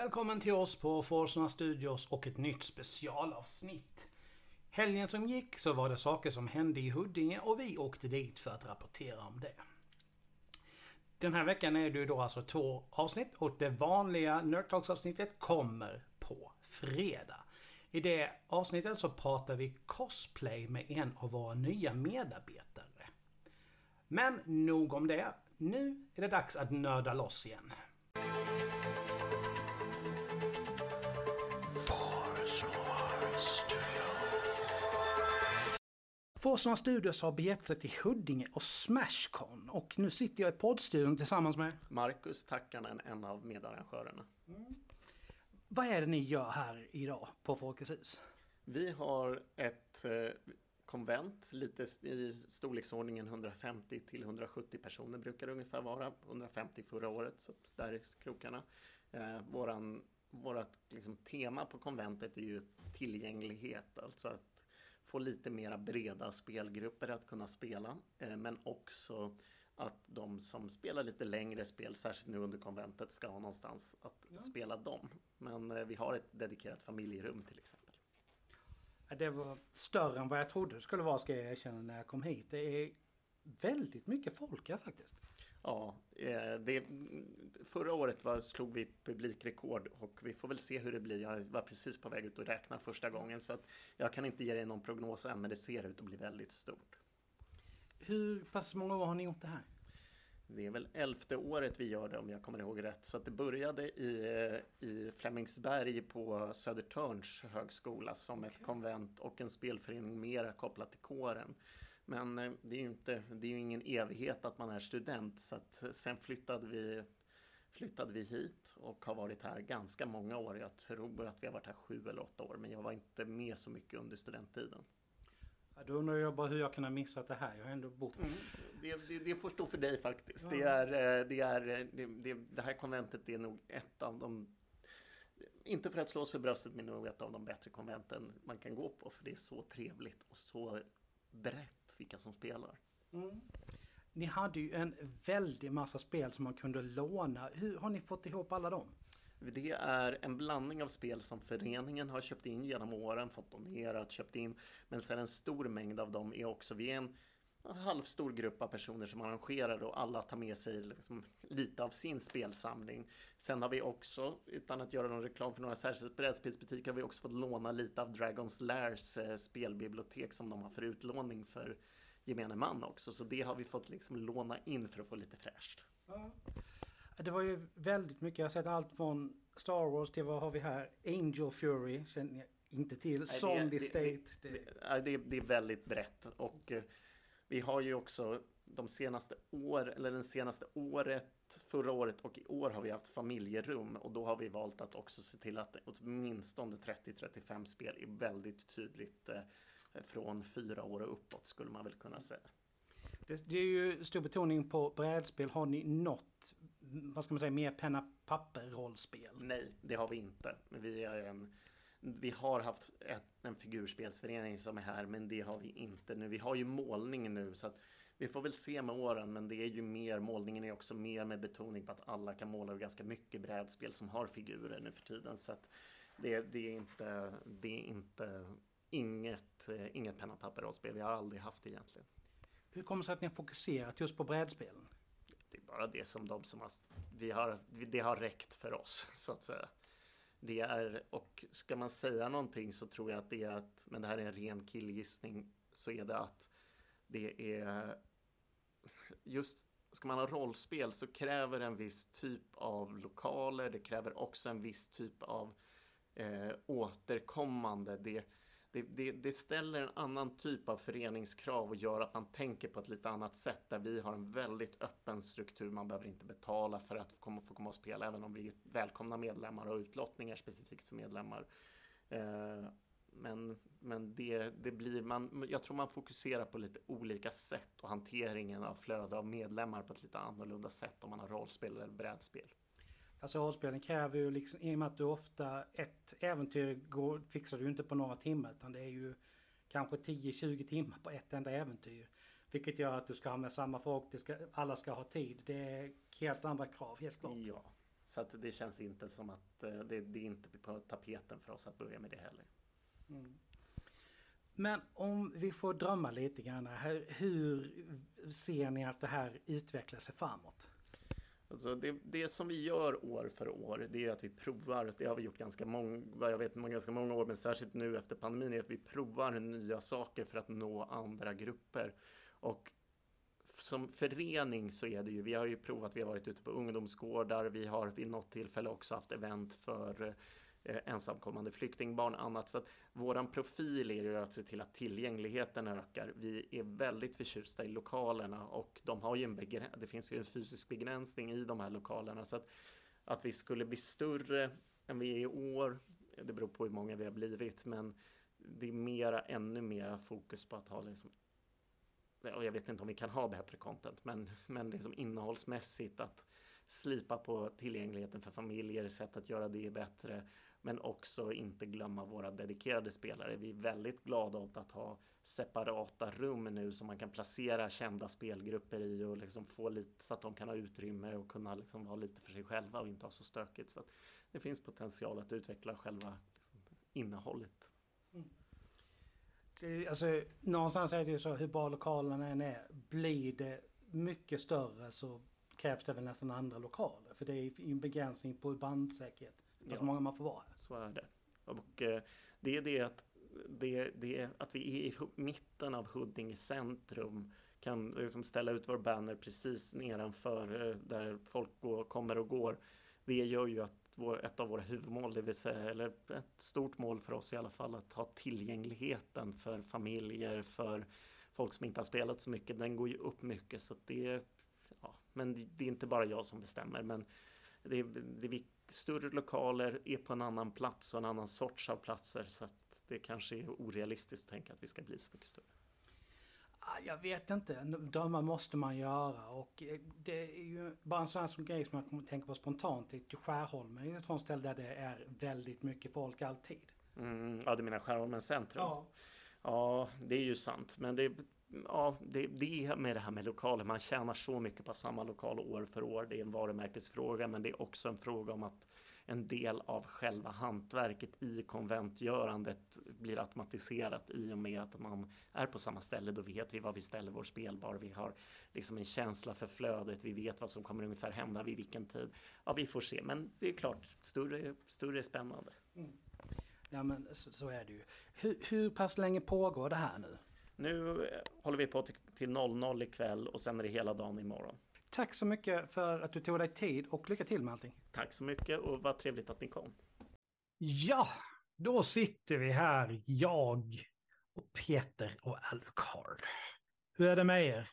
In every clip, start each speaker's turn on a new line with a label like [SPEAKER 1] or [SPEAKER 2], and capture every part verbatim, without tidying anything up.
[SPEAKER 1] Välkommen till oss på Forsna Studios och ett nytt specialavsnitt. Helgen som gick så var det saker som hände i Huddinge och vi åkte dit för att rapportera om det. Den här veckan är det då alltså två avsnitt och det vanliga Nerdtalks-avsnittet kommer på fredag. I det avsnittet så pratar vi cosplay med en av våra nya medarbetare. Men nog om det. Nu är det dags att nörda loss igen. Forsna Studios har begett sig till Huddinge och Smashcon och nu sitter jag i poddstudion tillsammans med
[SPEAKER 2] Marcus Tackanen, en av medarrangörerna.
[SPEAKER 1] Mm. Vad är det ni gör här idag på Folkets hus?
[SPEAKER 2] Vi har ett eh, konvent, lite i storleksordningen hundrafemtio till hundrasjuttio personer brukar det ungefär vara. hundrafemtio förra året, så där är krokarna. Eh, våran, vårat liksom, tema på konventet är ju tillgänglighet, alltså att få lite mera breda spelgrupper att kunna spela, eh, men också att de som spelar lite längre spel, särskilt nu under konventet, ska ha någonstans att ja. spela dem. Men eh, vi har ett dedikerat familjerum till exempel.
[SPEAKER 1] Det var större än vad jag trodde det skulle vara, ska jag erkänna, när jag kom hit. Det är väldigt mycket folk här faktiskt.
[SPEAKER 2] Ja, eh, det, förra året var, slog vi publikrekord och vi får väl se hur det blir. Jag var precis på väg ut och räkna första gången, så att jag kan inte ge dig någon prognos än, men det ser ut att bli väldigt stort.
[SPEAKER 1] Hur pass många år har ni gjort det här?
[SPEAKER 2] Det är väl elfte året vi gör det, om jag kommer ihåg rätt. Så att det började i, i Flemingsberg på Södertörns högskola som okay. ett konvent och en spelförening mera kopplat till kåren. Men det är ju inte, det är ju ingen evighet att man är student, så att sen flyttade vi, flyttade vi hit och har varit här ganska många år. Jag tror att vi har varit här sju eller åtta år, men jag var inte med så mycket under studenttiden.
[SPEAKER 1] Ja, då undrar jag bara hur jag kan ha missat det här. Jag har ändå bott.
[SPEAKER 2] Mm, det, det, det får stå för dig faktiskt. Ja. Det, är, det, är, det, det, det här konventet är nog ett av de, inte för att slå sig för bröstet, men nog ett av de bättre konventen man kan gå på. För det är så trevligt och så brett vilka som spelar.
[SPEAKER 1] Mm. Ni hade ju en väldig massa spel som man kunde låna. Hur har ni fått ihop alla dem?
[SPEAKER 2] Det är en blandning av spel som föreningen har köpt in genom åren, fått donerat, köpt in. Men sen en stor mängd av dem är också, vi är en halvstor grupp av personer som arrangerar och alla tar med sig liksom lite av sin spelsamling. Sen har vi också, utan att göra någon reklam för några särskilda brädspelsbutiker, har vi också fått låna lite av Dragon's Lairs eh, spelbibliotek som de har för utlåning för gemene man också. Så det har vi fått liksom låna in för att få lite fräscht.
[SPEAKER 1] Ja. Det var ju väldigt mycket, jag har sett allt från Star Wars till vad har vi här? Angel Fury, känner jag inte till. Nej, Zombie det, State.
[SPEAKER 2] Det, det, det, det, det är väldigt brett och eh, vi har ju också de senaste år, eller den senaste året, förra året och i år har vi haft familjerum, och då har vi valt att också se till att åtminstone trettio till trettiofem spel är väldigt tydligt eh, från fyra år och uppåt, skulle man väl kunna säga.
[SPEAKER 1] Det, det är ju stor betoning på brädspel. Har ni något, vad ska man säga, mer penna papper rollspel?
[SPEAKER 2] Nej, det har vi inte. Vi är en Vi har haft ett, en figurspelsförening som är här, men det har vi inte nu. Vi har ju målning nu, så att vi får väl se med åren, men det är ju mer, målningen är också mer med betoning på att alla kan måla ganska mycket brädspel som har figurer nu för tiden. Så att det, det är inte, det är inte inget, inget penna papper rollspel. Vi har aldrig haft det egentligen.
[SPEAKER 1] Hur kommer det sig att ni har fokuserat just på brädspelen?
[SPEAKER 2] Det är bara det som de som har, vi har, det har räckt för oss, så att säga. Det är, och ska man säga någonting så tror jag att det är att, men det här är en ren killgissning, så är det att det är just, ska man ha rollspel så kräver en viss typ av lokaler, det kräver också en viss typ av eh, återkommande, det, det, det, det ställer en annan typ av föreningskrav och gör att man tänker på ett lite annat sätt, där vi har en väldigt öppen struktur. Man behöver inte betala för att komma, få komma och spela, även om vi är välkomna medlemmar och utlottningar specifikt för medlemmar. Eh, men men det, det blir man, jag tror man fokuserar på lite olika sätt och hanteringen av flöde av medlemmar på ett lite annorlunda sätt om man har rollspel eller brädspel.
[SPEAKER 1] Alltså rollspelen kräver ju liksom, i och med att du ofta, ett äventyr går, fixar du inte på några timmar, utan det är ju kanske tio till tjugo timmar på ett enda äventyr. Vilket gör att du ska ha med samma folk, det ska, alla ska ha tid. Det är helt andra krav, helt klart.
[SPEAKER 2] Ja, Så att det känns inte som att eh, det, det är inte på tapeten för oss att börja med det heller.
[SPEAKER 1] Mm. Men om vi får drömma lite grann, hur, hur ser ni att det här utvecklar sig framåt?
[SPEAKER 2] Alltså det, det som vi gör år för år, det är att vi provar, det har vi gjort ganska många, vad jag vet, ganska många år, men särskilt nu efter pandemin, är att vi provar nya saker för att nå andra grupper. Och som förening så är det ju, vi har ju provat, vi har varit ute på ungdomsgårdar, vi har vid något tillfälle också haft event för eh, ensamkommande flyktingbarn och annat. Så att våran profil är ju att se till att tillgängligheten ökar. Vi är väldigt förtjusta i lokalerna och de har ju en begräns- det finns ju en fysisk begränsning i de här lokalerna. Så att, att vi skulle bli större än vi är i år, det beror på hur många vi har blivit, men det är mera, ännu mera fokus på att ha liksom, och jag vet inte om vi kan ha bättre content, men, men det är som innehållsmässigt att slipa på tillgängligheten för familjer, sätt att göra det bättre, men också inte glömma våra dedikerade spelare. Vi är väldigt glada åt att ha separata rum nu som man kan placera kända spelgrupper i och liksom få lite så att de kan ha utrymme och kunna liksom vara lite för sig själva och inte ha så stökigt. Så att det finns potential att utveckla själva liksom innehållet.
[SPEAKER 1] Mm. Det, alltså, någonstans är det ju så, hur bra lokalerna än är, blir det mycket större så krävs det väl nästan andra lokaler. För det är ju en begränsning på bandsäkerhet. För
[SPEAKER 2] Ja,
[SPEAKER 1] många man får vara.
[SPEAKER 2] Så är det. Och eh, det är det att, det, det är att vi är i mitten av Huddinge centrum, kan liksom ställa ut vår banner precis nedanför eh, där folk går, kommer och går. Det gör ju att vår, ett av våra huvudmål, det vill säga, eller ett stort mål för oss i alla fall, att ha tillgängligheten för familjer, för folk som inte har spelat så mycket, den går ju upp mycket. Så att det är, ja, men det är inte bara jag som bestämmer, men det är, det är större lokaler, är på en annan plats och en annan sorts av platser, så att det kanske är orealistiskt att tänka att vi ska bli så mycket större.
[SPEAKER 1] Jag vet inte, drömmar måste man göra och det är ju bara en sån här grej som man kommer tänka på spontant. Till Skärholmen är ett sånt ställe där det är väldigt mycket folk alltid.
[SPEAKER 2] Mm, ja, du menar Skärholmen centrum?
[SPEAKER 1] Ja.
[SPEAKER 2] Ja, det är ju sant, men det, ja, det, det är med det här med lokaler, man tjänar så mycket på samma lokal år för år, det är en varumärkesfråga, men det är också en fråga om att en del av själva hantverket i konventgörandet blir automatiserat i och med att man är på samma ställe. Då vet vi vad vi ställer vår spelbar. Vi har liksom en känsla för flödet. Vi vet vad som kommer ungefär hända vid vilken tid. Ja, vi får se. Men det är klart, större, större är spännande.
[SPEAKER 1] Mm. Ja, men så, så är det ju. Hur, hur pass länge pågår det här nu?
[SPEAKER 2] Nu håller vi på till, till noll noll ikväll och sen är det hela dagen imorgon.
[SPEAKER 1] Tack så mycket för att du tog dig tid och lycka till med allting.
[SPEAKER 2] Tack så mycket och vad trevligt att ni kom.
[SPEAKER 1] Ja, då sitter vi här, jag och Peter och Alucard. Hur är det med er?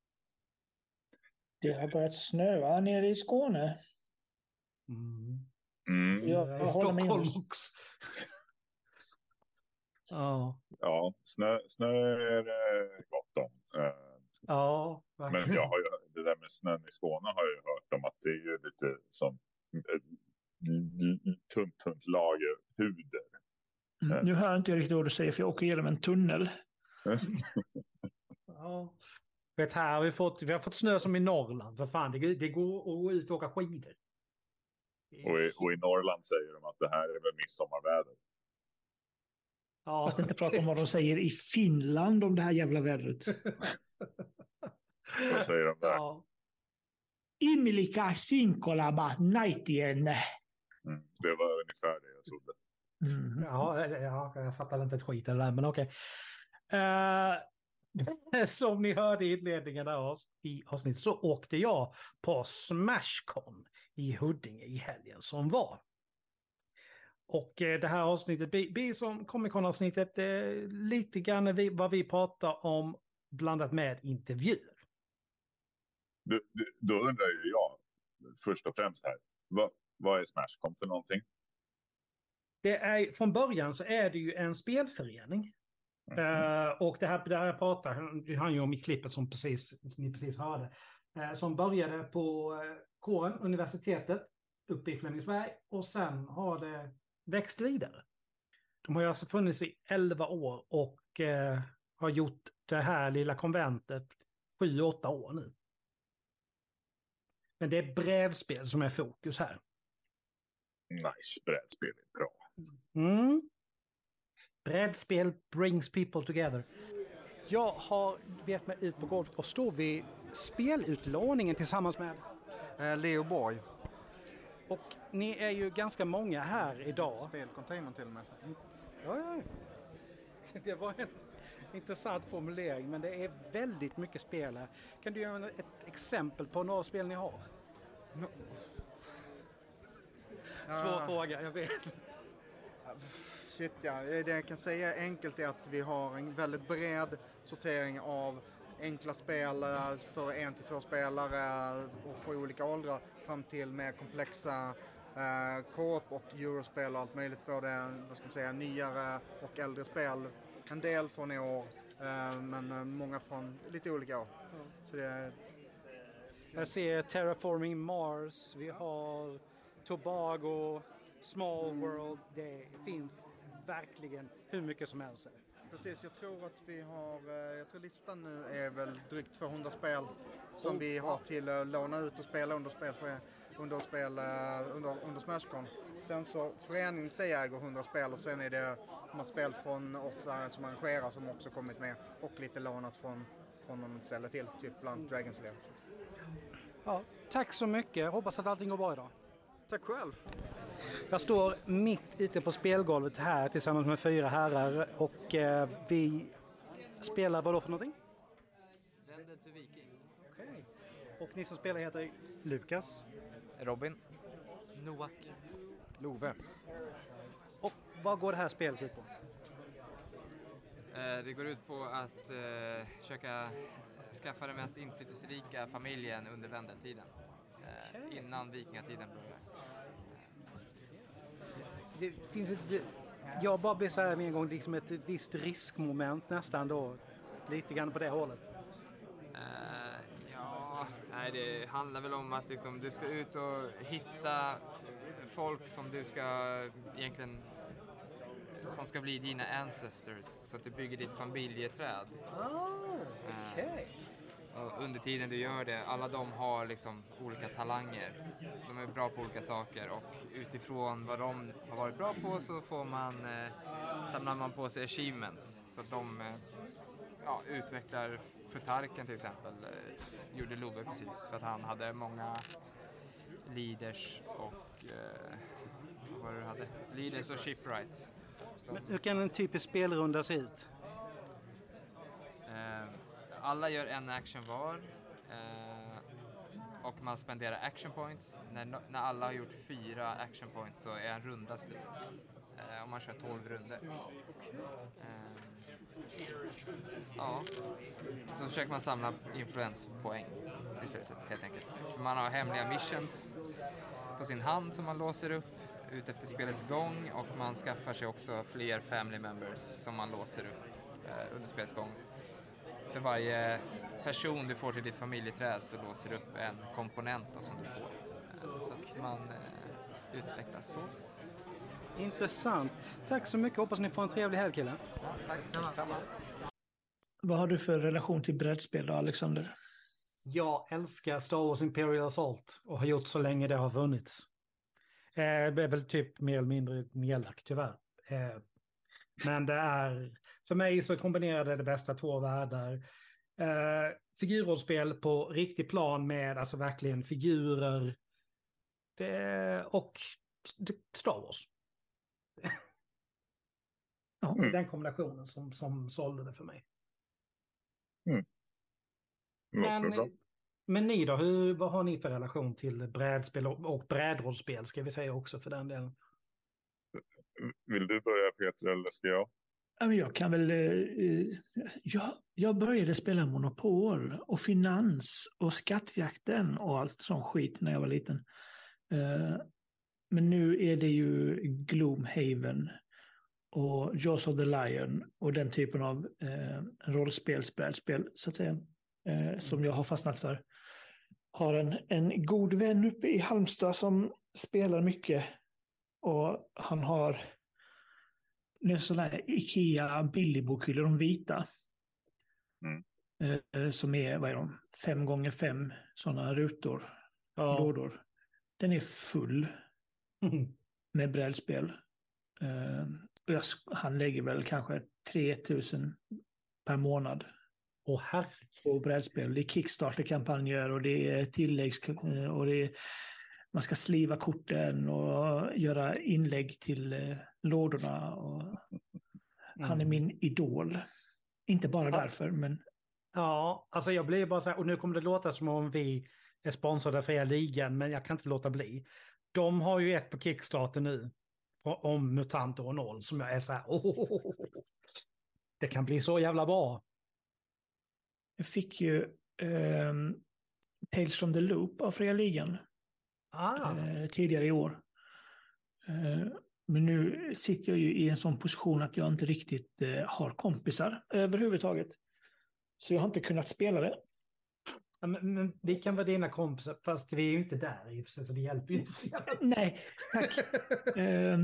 [SPEAKER 3] Det har börjat snöa nere i Skåne.
[SPEAKER 1] Mm.
[SPEAKER 4] Mm.
[SPEAKER 3] Jag,
[SPEAKER 1] I
[SPEAKER 3] jag håller med
[SPEAKER 1] Stockholm
[SPEAKER 3] oss.
[SPEAKER 1] också. Ja,
[SPEAKER 4] Ja, snö, snö är det gott om. Eh,
[SPEAKER 1] ja,
[SPEAKER 4] Men
[SPEAKER 1] verkligen.
[SPEAKER 4] jag har ju, det där med snön i Skåne har jag ju hört om att det är ju lite som ett l- l- tunt, tunt lager puder.
[SPEAKER 3] Mm, nu hör jag inte riktigt vad du säger för jag åker genom en tunnel.
[SPEAKER 1] Ja. Vet här har vi fått, vi har fått snö som i Norrland. För fan, det, det går att gå ut och åka skidor.
[SPEAKER 4] Och i, och i Norrland säger de att det här är väl midsommarväder.
[SPEAKER 1] Ja,
[SPEAKER 3] Att inte prata om vad de säger i Finland om det här jävla vädret.
[SPEAKER 4] Vad säger de där?
[SPEAKER 1] Ja.
[SPEAKER 3] Imilika sinkolaba naitien.
[SPEAKER 4] Mm, det var ungefär det jag trodde.
[SPEAKER 3] Mm.
[SPEAKER 1] Ja, ja, jag fattar inte ett skit av det där, men okej. Eh, som ni hörde i inledningen där i avsnittet så åkte jag på Smashcon i Huddinge i helgen som var. Och eh, det här avsnittet blir som Comic Con-avsnittet eh, lite grann vi, vad vi pratar om blandat med intervjuer.
[SPEAKER 4] Du, du, då undrar ju jag först och främst här. Vad, vad är Smashcon för någonting?
[SPEAKER 1] Det är, från början så är det ju en spelförening.
[SPEAKER 4] Mm.
[SPEAKER 1] Uh, och det här, det här pratar han, han ju om i klippet som, precis, som ni precis hörde. Uh, som började på uh, kåren, universitetet, uppe i Flemingsberg. Och sen har det växt vidare. De har ju alltså funnits i elva år och uh, har gjort det här lilla konventet sju åtta år nu. Men det är brädspel som är fokus här.
[SPEAKER 4] Nice, brädspel är bra.
[SPEAKER 1] Mm. Brädspel brings people together. Jag har gett mig ut på golvet och står vid spelutlåningen tillsammans med
[SPEAKER 5] Eh, Leo Borg.
[SPEAKER 1] och ni är ju ganska många här idag.
[SPEAKER 5] Spelcontainern till och med.
[SPEAKER 1] Ja, ja. Det var en intressant formulering, men det är väldigt mycket spel här. Kan du göra ett exempel på några spel ni har?
[SPEAKER 5] No.
[SPEAKER 1] Svår
[SPEAKER 5] Ah.
[SPEAKER 1] fråga, jag vet.
[SPEAKER 5] Shit, ja. Det jag kan säga enkelt är att vi har en väldigt bred sortering av enkla spel eh, för en till två spelare och för olika åldrar fram till mer komplexa eh, co-op och eurospel och allt möjligt, både vad ska man säga, nyare och äldre spel. En del från i år, eh, men eh, många från lite olika år. Så det är,
[SPEAKER 1] Jag ser Terraforming Mars, vi har Tobago, Small World. Det finns verkligen hur mycket som helst.
[SPEAKER 5] precis, jag tror att vi har, eh, jag tror listan nu är väl drygt tvåhundra spel som vi har till att låna ut och spela under spel för, under, spel, eh, under, under Smashcon. Sen så föreningen säger äger hundra spel och sen är det några spel från oss eh, som arrangerar som också kommit med och lite lånat från, från någon ställe till, typ bland Dragon's Lair.
[SPEAKER 1] Ja, tack så mycket, hoppas att allting går bra idag.
[SPEAKER 5] Tack själv!
[SPEAKER 1] Jag står mitt ute på spelgolvet här tillsammans med fyra herrar och eh, vi spelar vad då för någonting?
[SPEAKER 6] Vänder till Viking.
[SPEAKER 1] Okej. Och ni som spelar heter Lukas.
[SPEAKER 6] Robin. Noak. Love.
[SPEAKER 1] Och vad går det här spelet ut på?
[SPEAKER 6] Eh, det går ut på att eh, försöka skaffa den mest inflytelserika familjen under vändeltiden. Eh,
[SPEAKER 1] Okej.
[SPEAKER 6] Innan vikingatiden börjar.
[SPEAKER 1] Det finns ett, jag bara blir så här med en gång, liksom ett visst riskmoment nästan då. Lite grann på det hållet.
[SPEAKER 6] Eh, ja, nej, det handlar väl om att liksom, du ska ut och hitta folk som du ska egentligen som ska bli dina ancestors så att du bygger ditt familjeträd.
[SPEAKER 1] Oh, okej.
[SPEAKER 6] Och under tiden du gör det, alla de har liksom olika talanger. De är bra på olika saker och utifrån vad de har varit bra på så får man, eh, samlar man på sig achievements. Så att de eh, ja, utvecklar Futarken till exempel, eh, gjorde Love precis för att han hade många leaders och eh, vad var det du hade? Leaders och shipwrights. Så
[SPEAKER 1] Men hur kan en typisk spelrunda se ut?
[SPEAKER 6] Eh, alla gör en action var eh, och man spenderar action points. När, när alla har gjort fyra action points så är en runda slut. Eh, om man kör tolv runder. Eh, ja, så försöker man samla influenspoäng till slutet helt enkelt. För man har hemliga missions på sin hand som man låser upp ut efter spelets gång och man skaffar sig också fler family members som man låser upp eh, under spelets gång. För varje person du får till ditt familjeträd så låser du upp en komponent då som du får. Eh, så att man eh, utvecklas så.
[SPEAKER 1] Intressant. Tack så mycket. Hoppas ni får en trevlig helg, killar.
[SPEAKER 6] Ja, tack samma.
[SPEAKER 3] Vad har du för relation till brädspel då, Alexander?
[SPEAKER 1] Jag älskar Star Wars Imperial Assault och har gjort så länge det har funnits. Eh, det är väl typ mer eller mindre nedlagt tyvärr. Eh, men det är, för mig så kombinerar det det bästa två världar. Eh, figurrollspel på riktig plan med alltså verkligen figurer det, och Star Wars. Ja,
[SPEAKER 4] Mm.
[SPEAKER 1] den kombinationen som, som sålde det för mig.
[SPEAKER 4] Låter
[SPEAKER 1] Men,
[SPEAKER 4] bra.
[SPEAKER 1] men ni då, hur, vad har ni för relation till brädspel och, och brädrollspel ska vi säga också för den delen?
[SPEAKER 4] Vill du börja Peter eller ska jag?
[SPEAKER 3] Ja, men jag kan väl... Eh, jag, jag började spela Monopol och Finans och Skattjakten och allt sån skit när jag var liten. Eh, men nu är det ju Gloomhaven och Jaws of the Lion och den typen av eh, rollspelsbrädspel så att säga, eh, som jag har fastnat för. Har en, en god vän uppe i Halmstad som spelar mycket och han har en sån där Ikea billigbokhyllor, de vita.
[SPEAKER 4] Mm.
[SPEAKER 3] Eh, som är, vad är de, fem gånger fem sådana rutor,
[SPEAKER 1] Ja.
[SPEAKER 3] lådor. Den är full. med brädspel. Uh, och jag, han lägger väl kanske tre tusen per månad.
[SPEAKER 1] Åh herregud.
[SPEAKER 3] På brädspel. Det är Kickstarter-kampanjer och det är tilläggs... Och det är, man ska sliva korten och göra inlägg till uh, lådorna. Och mm. Han är min idol. Inte bara ja. därför, men...
[SPEAKER 1] Ja, alltså jag blir bara så här, och nu kommer det låta som om vi är sponsrade för Fria Ligan, men jag kan inte låta bli. De har ju ett på Kickstarter nu om mutanter och noll som jag är så här, oh, det kan bli så jävla bra.
[SPEAKER 3] Jag fick ju eh, Tales from the Loop av Fria Ligan
[SPEAKER 1] ah.
[SPEAKER 3] eh, tidigare i år. Eh, men nu sitter jag ju i en sån position att jag inte riktigt eh, har kompisar överhuvudtaget. Så jag har inte kunnat spela det.
[SPEAKER 1] Ja, men, men vi kan vara dina kompisar, fast vi är ju inte där i så det hjälper ju inte så jävla.
[SPEAKER 3] Nej, tack. eh,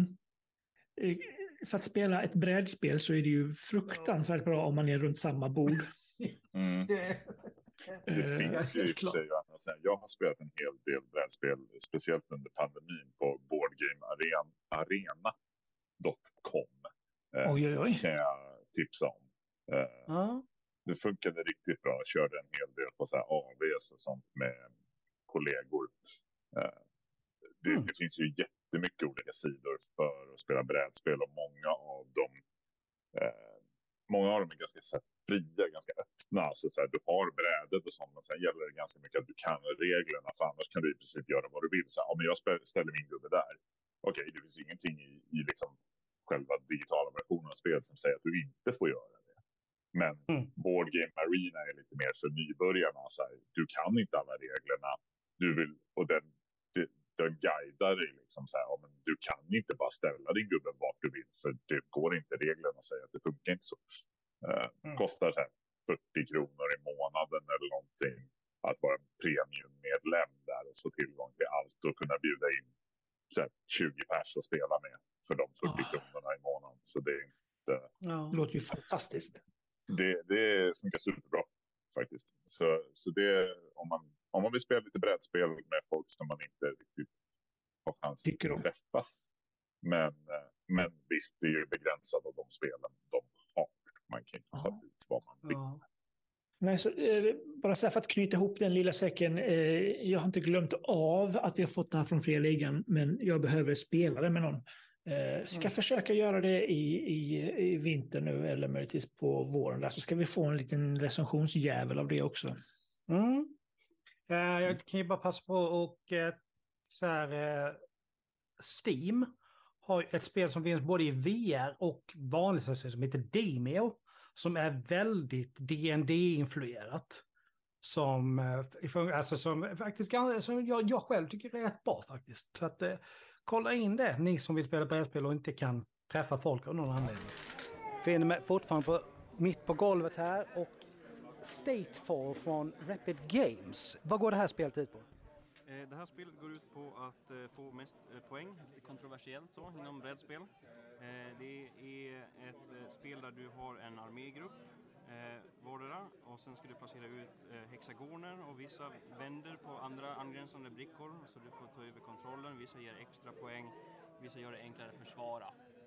[SPEAKER 3] för att spela ett brädspel så är det ju fruktansvärt bra om man är runt samma bord.
[SPEAKER 4] Mm. Det, det finns ju i och för sig annars. Jag har spelat en hel del brädspel, speciellt under pandemin på boardgamearena dot com. Eh,
[SPEAKER 3] oj, oj, oj.
[SPEAKER 4] Kan jag tipsa om. Eh,
[SPEAKER 1] mm.
[SPEAKER 4] Det funkade riktigt bra. Jag körde en hel del på så här A Vs och sånt med kollegor. Eh, det, mm. det finns ju jättemycket olika sidor för att spela brädspel och många av dem eh, många av dem är ganska så här, fria, ganska öppna. Alltså, så här, du har brädet och sånt, men sen gäller det ganska mycket att du kan reglerna, för annars kan du i princip göra vad du vill. Så här, ja, men jag ställer min gubbe där. Okej, det finns ingenting i, i liksom själva digitala versionen av spel som säger att du inte får göra det. Men mm. Board Game Arena är lite mer för nybörjarna. Så här, du kan inte alla reglerna. Du vill, och den, den, den guidar dig liksom så här, ja, men du kan inte bara ställa din gubbe vart du vill, för det går inte, reglerna säger att det funkar inte så. Uh, mm. Kostar så här fyrtio kronor i månaden eller någonting att vara premiummedlem där och få tillgång till allt och kunna bjuda in så här, tjugo pers att spela med för de fyrtio oh. kronorna i månaden. Så det är inte...
[SPEAKER 3] Ja. Det låter ju fantastiskt.
[SPEAKER 4] Det, det funkar superbra faktiskt. Så, så det, om man, om man vill spela lite brädspel med folk som man inte riktigt har chans att träffas. Men, men visst, det är ju begränsat av de spelen de har. Man kan inte ta ut vad man vill.
[SPEAKER 3] Ja. Nej, så, eh, bara så här för att knyta ihop den lilla säcken. Eh, jag har inte glömt av att vi har fått det här från Fria Ligan, men jag behöver spela det med någon. Eh, ska mm. försöka göra det i, i, i vinter nu eller möjligtvis på våren. Där, så ska vi få en liten recensionsjävel av det också.
[SPEAKER 1] Mm. Eh, jag kan ju bara passa på och eh, så här, eh, Steam har ett spel som finns både i V R och vanligt som heter Demeo, som är väldigt D and D-influerat. Som, alltså som faktiskt som jag, jag själv tycker är rätt bra faktiskt. Så att eh, kolla in det, ni som vill spela brädspel och inte kan träffa folk av någon anledning. Finner mig fortfarande på, mitt på golvet här, och Statefall från Rapid Games. Vad går det här spelet ut på?
[SPEAKER 7] Det här spelet går ut på att få mest poäng, lite kontroversiellt så, inom brädspel. Det är ett spel där du har en armégrupp vardera, och sen ska du placera ut hexagoner, och vissa vänder på andra angränsande brickor så du får ta över kontrollen. Vissa ger extra poäng, vissa gör det enklare att försvara.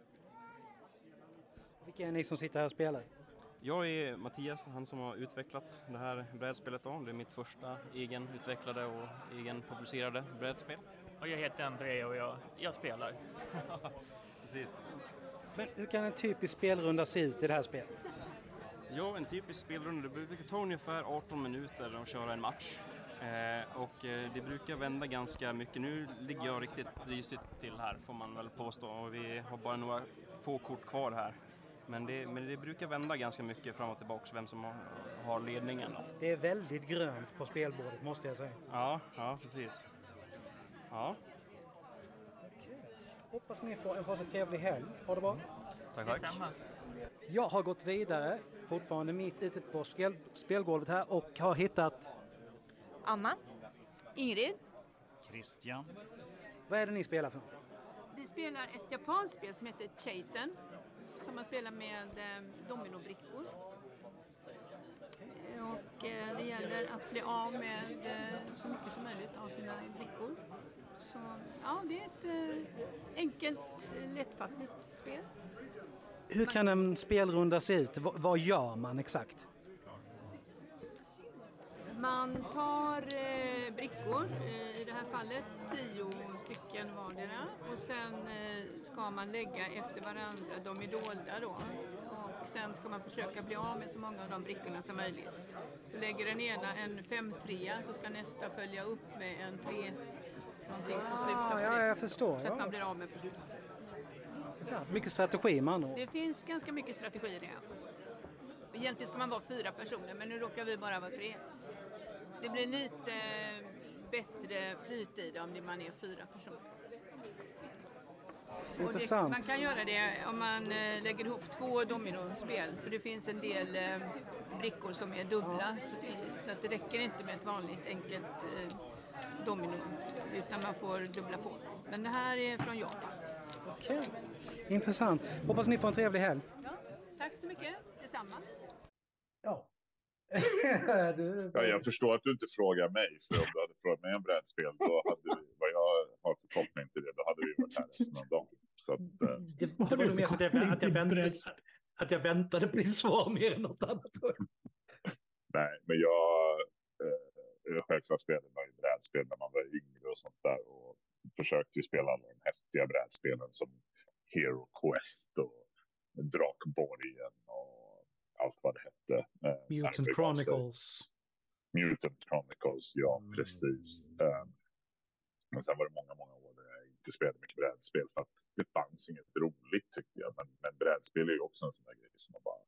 [SPEAKER 1] Vilka är ni som sitter här och spelar?
[SPEAKER 7] Jag är Mattias, han som har utvecklat det här brädspelet då. Det är mitt första egenutvecklade och egenpublicerade brädspel.
[SPEAKER 8] Och jag heter André och jag, jag spelar.
[SPEAKER 7] Precis.
[SPEAKER 1] Men hur kan en typisk spelrunda se ut i det här spelet?
[SPEAKER 7] Ja, en typisk spelrunda, det brukar ta ungefär arton minuter att köra en match. Eh, och eh, det brukar vända ganska mycket. Nu ligger jag riktigt risigt till här, får man väl påstå. Och vi har bara några få kort kvar här. Men det, men det brukar vända ganska mycket fram och tillbaka, vem som har, har ledningen. Då.
[SPEAKER 1] Det är väldigt grönt på spelbordet, måste jag säga.
[SPEAKER 7] Ja, ja precis. Ja.
[SPEAKER 1] Okej. Hoppas ni får en fortsatt trevlig helg. Ha det bra.
[SPEAKER 7] Tack, tack.
[SPEAKER 1] Jag har gått vidare, fortfarande mitt ute på spel, spelgolvet här, och har hittat...
[SPEAKER 9] Anna. Ingrid.
[SPEAKER 10] Christian.
[SPEAKER 1] Vad är det ni spelar för något?
[SPEAKER 9] Vi spelar ett japanskt spel som heter Chaitan, som man spelar med eh, dominobrickor. Och eh, det gäller att bli av med eh, så mycket som möjligt av sina brickor. Så ja, det är ett eh, enkelt, lättfattligt spel.
[SPEAKER 1] Hur kan en spelrunda se ut? V- vad gör man exakt?
[SPEAKER 9] Man tar eh, brickor, eh, i det här fallet tio stycken vardera, och sen eh, ska man lägga efter varandra, de är dolda då, och sen ska man försöka bli av med så många av de brickorna som möjligt. Så lägger den ena en fem tre, så ska nästa följa upp med en tre, någonting som slutar på
[SPEAKER 1] ja,
[SPEAKER 9] det.
[SPEAKER 1] jag förstår,
[SPEAKER 9] Så att
[SPEAKER 1] ja.
[SPEAKER 9] man blir av med.
[SPEAKER 1] Ja, mycket strategi man har.
[SPEAKER 9] Det finns ganska mycket strategi i det. Egentligen ska man vara fyra personer, men nu råkar vi bara vara tre. Det blir lite bättre flyt i det om man är fyra personer.
[SPEAKER 1] Intressant.
[SPEAKER 9] Och det, man kan göra det om man eh, lägger ihop två dominospel, för det finns en del eh, brickor som är dubbla, så, det, så att det räcker inte med ett vanligt enkelt eh, domino, utan man får dubbla på. Men det här är från Japan.
[SPEAKER 1] Okej, intressant. Hoppas ni får en trevlig helg.
[SPEAKER 9] Ja, tack så mycket. Detsamma.
[SPEAKER 1] Ja. du...
[SPEAKER 4] Ja, jag förstår att du inte frågar mig, för om du hade frågat mig om brädspel, då hade vi, vad jag har för koppling till det, då hade vi varit här resten av dagen. Så att, eh,
[SPEAKER 1] Det, det var nog mer så att jag, att, jag väntade, att jag väntade på ditt svar mer än något annat.
[SPEAKER 4] nej, men jag eh, självklart spelade man ju brädspel när man var yngre och sånt där, och försökte ju spela alla de häftiga brädspelen som Hero Quest och Drakborgen och allt vad det hette. Eh,
[SPEAKER 1] Mutant
[SPEAKER 4] nej,
[SPEAKER 1] Chronicles.
[SPEAKER 4] Mutant Chronicles, ja,
[SPEAKER 1] Mm.
[SPEAKER 4] precis. Eh, men sen var det många, många år där jag inte spelade mycket brädspel, för att det fanns inget roligt, tycker jag. Men, men brädspel är ju också en sån där grej som har bara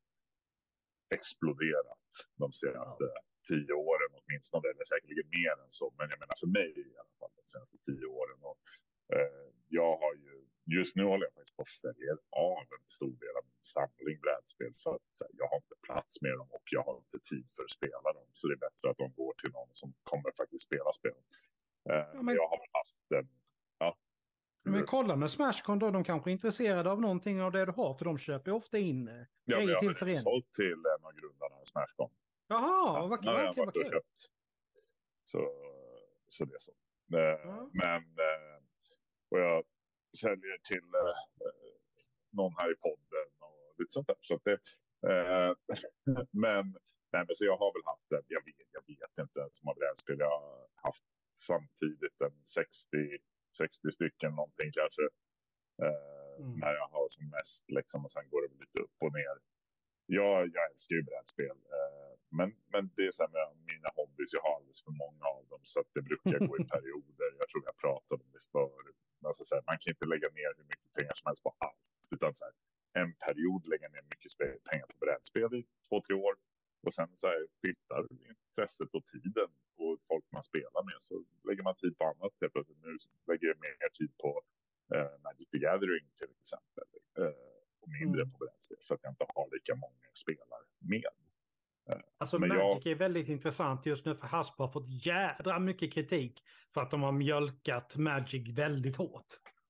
[SPEAKER 4] exploderat de senaste ja. tio åren åtminstone, eller säkerligen mer än så. Men jag menar för mig i alla fall de senaste tio åren. Och, eh, jag har ju, just nu håller jag faktiskt på att ställa av en stor del av min samling brädspel, för att här, jag har inte plats med dem och jag har inte tid för att spela dem. Så det är bättre att de går till någon som kommer faktiskt spela spel. Eh, ja, men... Jag har haft en... Ja.
[SPEAKER 1] Men kolla med Smashcon då, de kanske är intresserade av någonting av det du har, för de köper ofta in eh,
[SPEAKER 4] ja,
[SPEAKER 1] grejer till
[SPEAKER 4] föreningen. Jag har sålt till en av grundarna av Smashcon.
[SPEAKER 1] Jaha,
[SPEAKER 4] ja,
[SPEAKER 1] vad kul.
[SPEAKER 4] Nu har jag
[SPEAKER 1] Okay,
[SPEAKER 4] varit och köpt. Så, så det är så. Eh, ja. Men, eh, och jag säljer till eh, någon här i podden och lite sånt där. Så att det, eh, men, nej, men så jag har väl haft en, jag vet, jag vet inte som har brädspel. Jag har haft samtidigt en sextio, sextio stycken någonting kanske. Eh, mm. När jag har som mest liksom, och sen går det lite upp och ner. Jag, jag älskar ju brädspel. Eh, men, men det är så här med mina hobbys. Jag har alldeles för många av dem, så att det brukar gå i perioder. Jag tror jag pratade om det förr. Alltså, så här, man kan inte lägga ner hur mycket pengar som helst på allt. Utan så här, en period lägga ner mycket pengar på brädspel i två, tre år. Och sen så här, skiftar intresset och tiden och folk man spelar med. Så lägger man tid på annat. Nu lägger jag mer tid på uh, Magic the Gathering till exempel. Uh, och mindre mm. på brädspel. För att jag inte har lika många spelare med. Uh,
[SPEAKER 1] alltså Magic jag... är väldigt intressant just nu, för Hasbro har fått jädra mycket kritik för att de har mjölkat Magic väldigt hårt.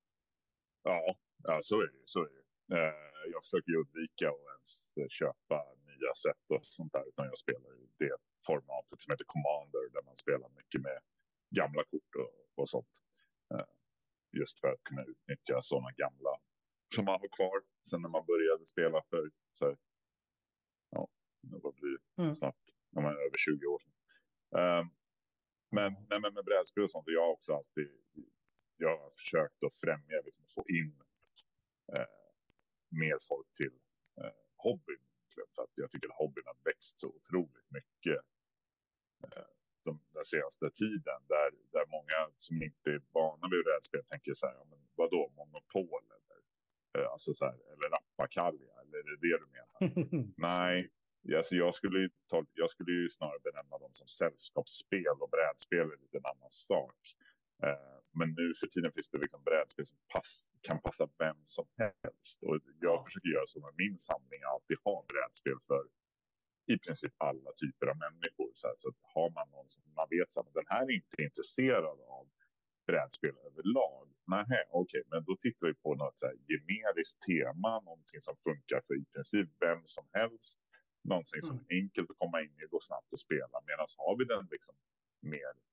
[SPEAKER 4] Ja, ja så är det. Så är det. Uh, jag försöker ju undvika att ens köpa nya sätt och sånt där, utan jag spelar i det formatet som heter Commander, där man spelar mycket med gamla kort och, och sånt. Uh, just för att kunna utnyttja sådana gamla som man har kvar sen när man började spela för så här, ja, vad blir det mm. snart, när man är över tjugo år sedan. Uh, men, nej, men med brädspel och sånt, jag har också alltid jag har försökt att främja, liksom, få in uh, mer folk till uh, hobbyn. För att jag tycker att hobbyn har växt så otroligt mycket uh, de, den senaste tiden. Där, där många som inte är vana vid brädspel tänker så här, ja, men vadå, monopol eller, uh, alltså så här, eller rappakalja, eller är det det du menar? Nej, alltså jag, skulle ju ta, jag skulle ju snarare benämna dem som sällskapsspel, och brädspel är lite en annan sak. Uh, men nu för tiden finns det liksom brädspel som pass, kan passa vem som helst. Och jag ja. försöker göra så med min samling. Jag alltid har brädspel för i princip alla typer av människor. Så, här, så att har man någon som man vet att den här är inte intresserad av brädspel överlag. Nej, okej, okay, men då tittar vi på något så här generiskt tema. Någonting som funkar för i princip vem som helst. Någonting som mm. är enkelt att komma in i och gå snabbt och spela. Medan har vi den liksom mer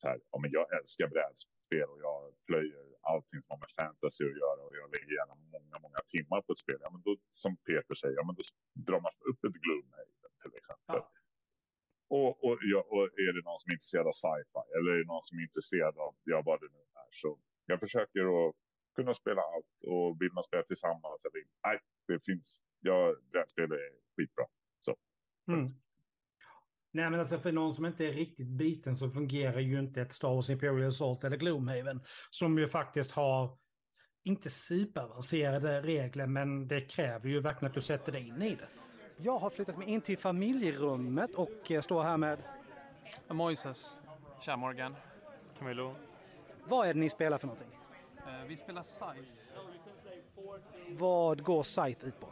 [SPEAKER 4] så här, ja, men jag älskar brädspel och jag plöjer allting som har med fantasy att göra och jag lägger gärna många, många timmar på ett spel. Ja, men då, som Peter säger, ja, men då drar man upp ett Gloomhaven till exempel. Ja. Och, och, ja, och är det någon som är intresserad av sci-fi eller är det någon som är intresserad av ja, vad det nu är. Så jag försöker att kunna spela allt och vill man spela tillsammans. Eller, nej, det finns, ja, brädspel är skitbra. Så.
[SPEAKER 1] Mm. Nej, men alltså för någon som inte är riktigt biten så fungerar ju inte ett Star Wars Imperial Assault eller Gloomhaven som ju faktiskt har inte superavancerade regler, men det kräver ju verkligen att du sätter dig in i det.
[SPEAKER 10] Jag har flyttat mig in till familjerummet och står här med
[SPEAKER 11] Moises, Tja Morgan, Camilo.
[SPEAKER 10] Vad är det ni spelar för någonting?
[SPEAKER 11] Eh, vi spelar Scythe.
[SPEAKER 10] Vad går Scythe ut på?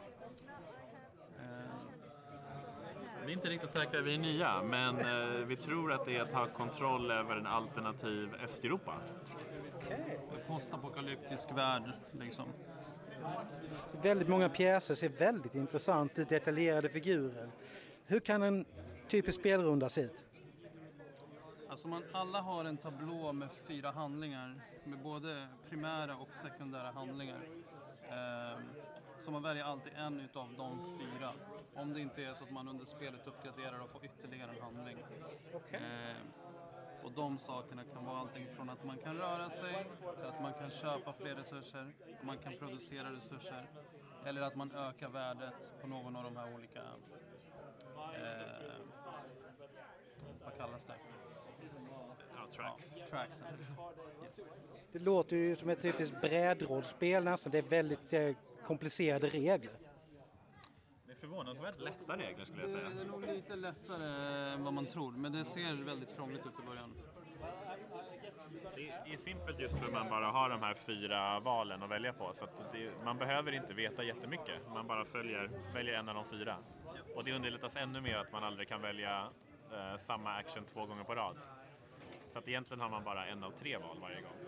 [SPEAKER 12] Vi är inte riktigt säkra, vi är nya, men eh, vi tror att det är att ha kontroll över en alternativ Östeuropa.
[SPEAKER 11] Okay. Postapokalyptisk värld, liksom.
[SPEAKER 10] Väldigt många pjäser ser väldigt intressant ut, detaljerade figurer. Hur kan en typisk spelrunda se ut?
[SPEAKER 11] Alltså man, alla har en tablå med fyra handlingar, med både primära och sekundära handlingar. Eh, så man väljer alltid en utav de fyra. Om det inte är så att man under spelet uppgraderar och får ytterligare en handling.
[SPEAKER 10] Okay.
[SPEAKER 11] Eh, och de sakerna kan vara allting från att man kan röra sig till att man kan köpa fler resurser, man kan producera resurser eller att man ökar värdet på någon av de här olika eh, vad kallas det?
[SPEAKER 12] Ja, tracks.
[SPEAKER 11] Ja, tracks. Yes.
[SPEAKER 10] Det låter ju som ett typiskt brädrollspel nästan. Det är väldigt eh, komplicerade regler.
[SPEAKER 12] Det är förvånansvärt lätta regler skulle jag säga.
[SPEAKER 11] Det, det är nog lite lättare än vad man tror, men det ser väldigt krångligt ut i början.
[SPEAKER 12] Det är simpelt just för att man bara har de här fyra valen att välja på. Så att det, man behöver inte veta jättemycket. Man bara följer, väljer en av de fyra. Och det underlättas ännu mer att man aldrig kan välja eh, samma action två gånger på rad. Så att egentligen har man bara en av tre val varje gång.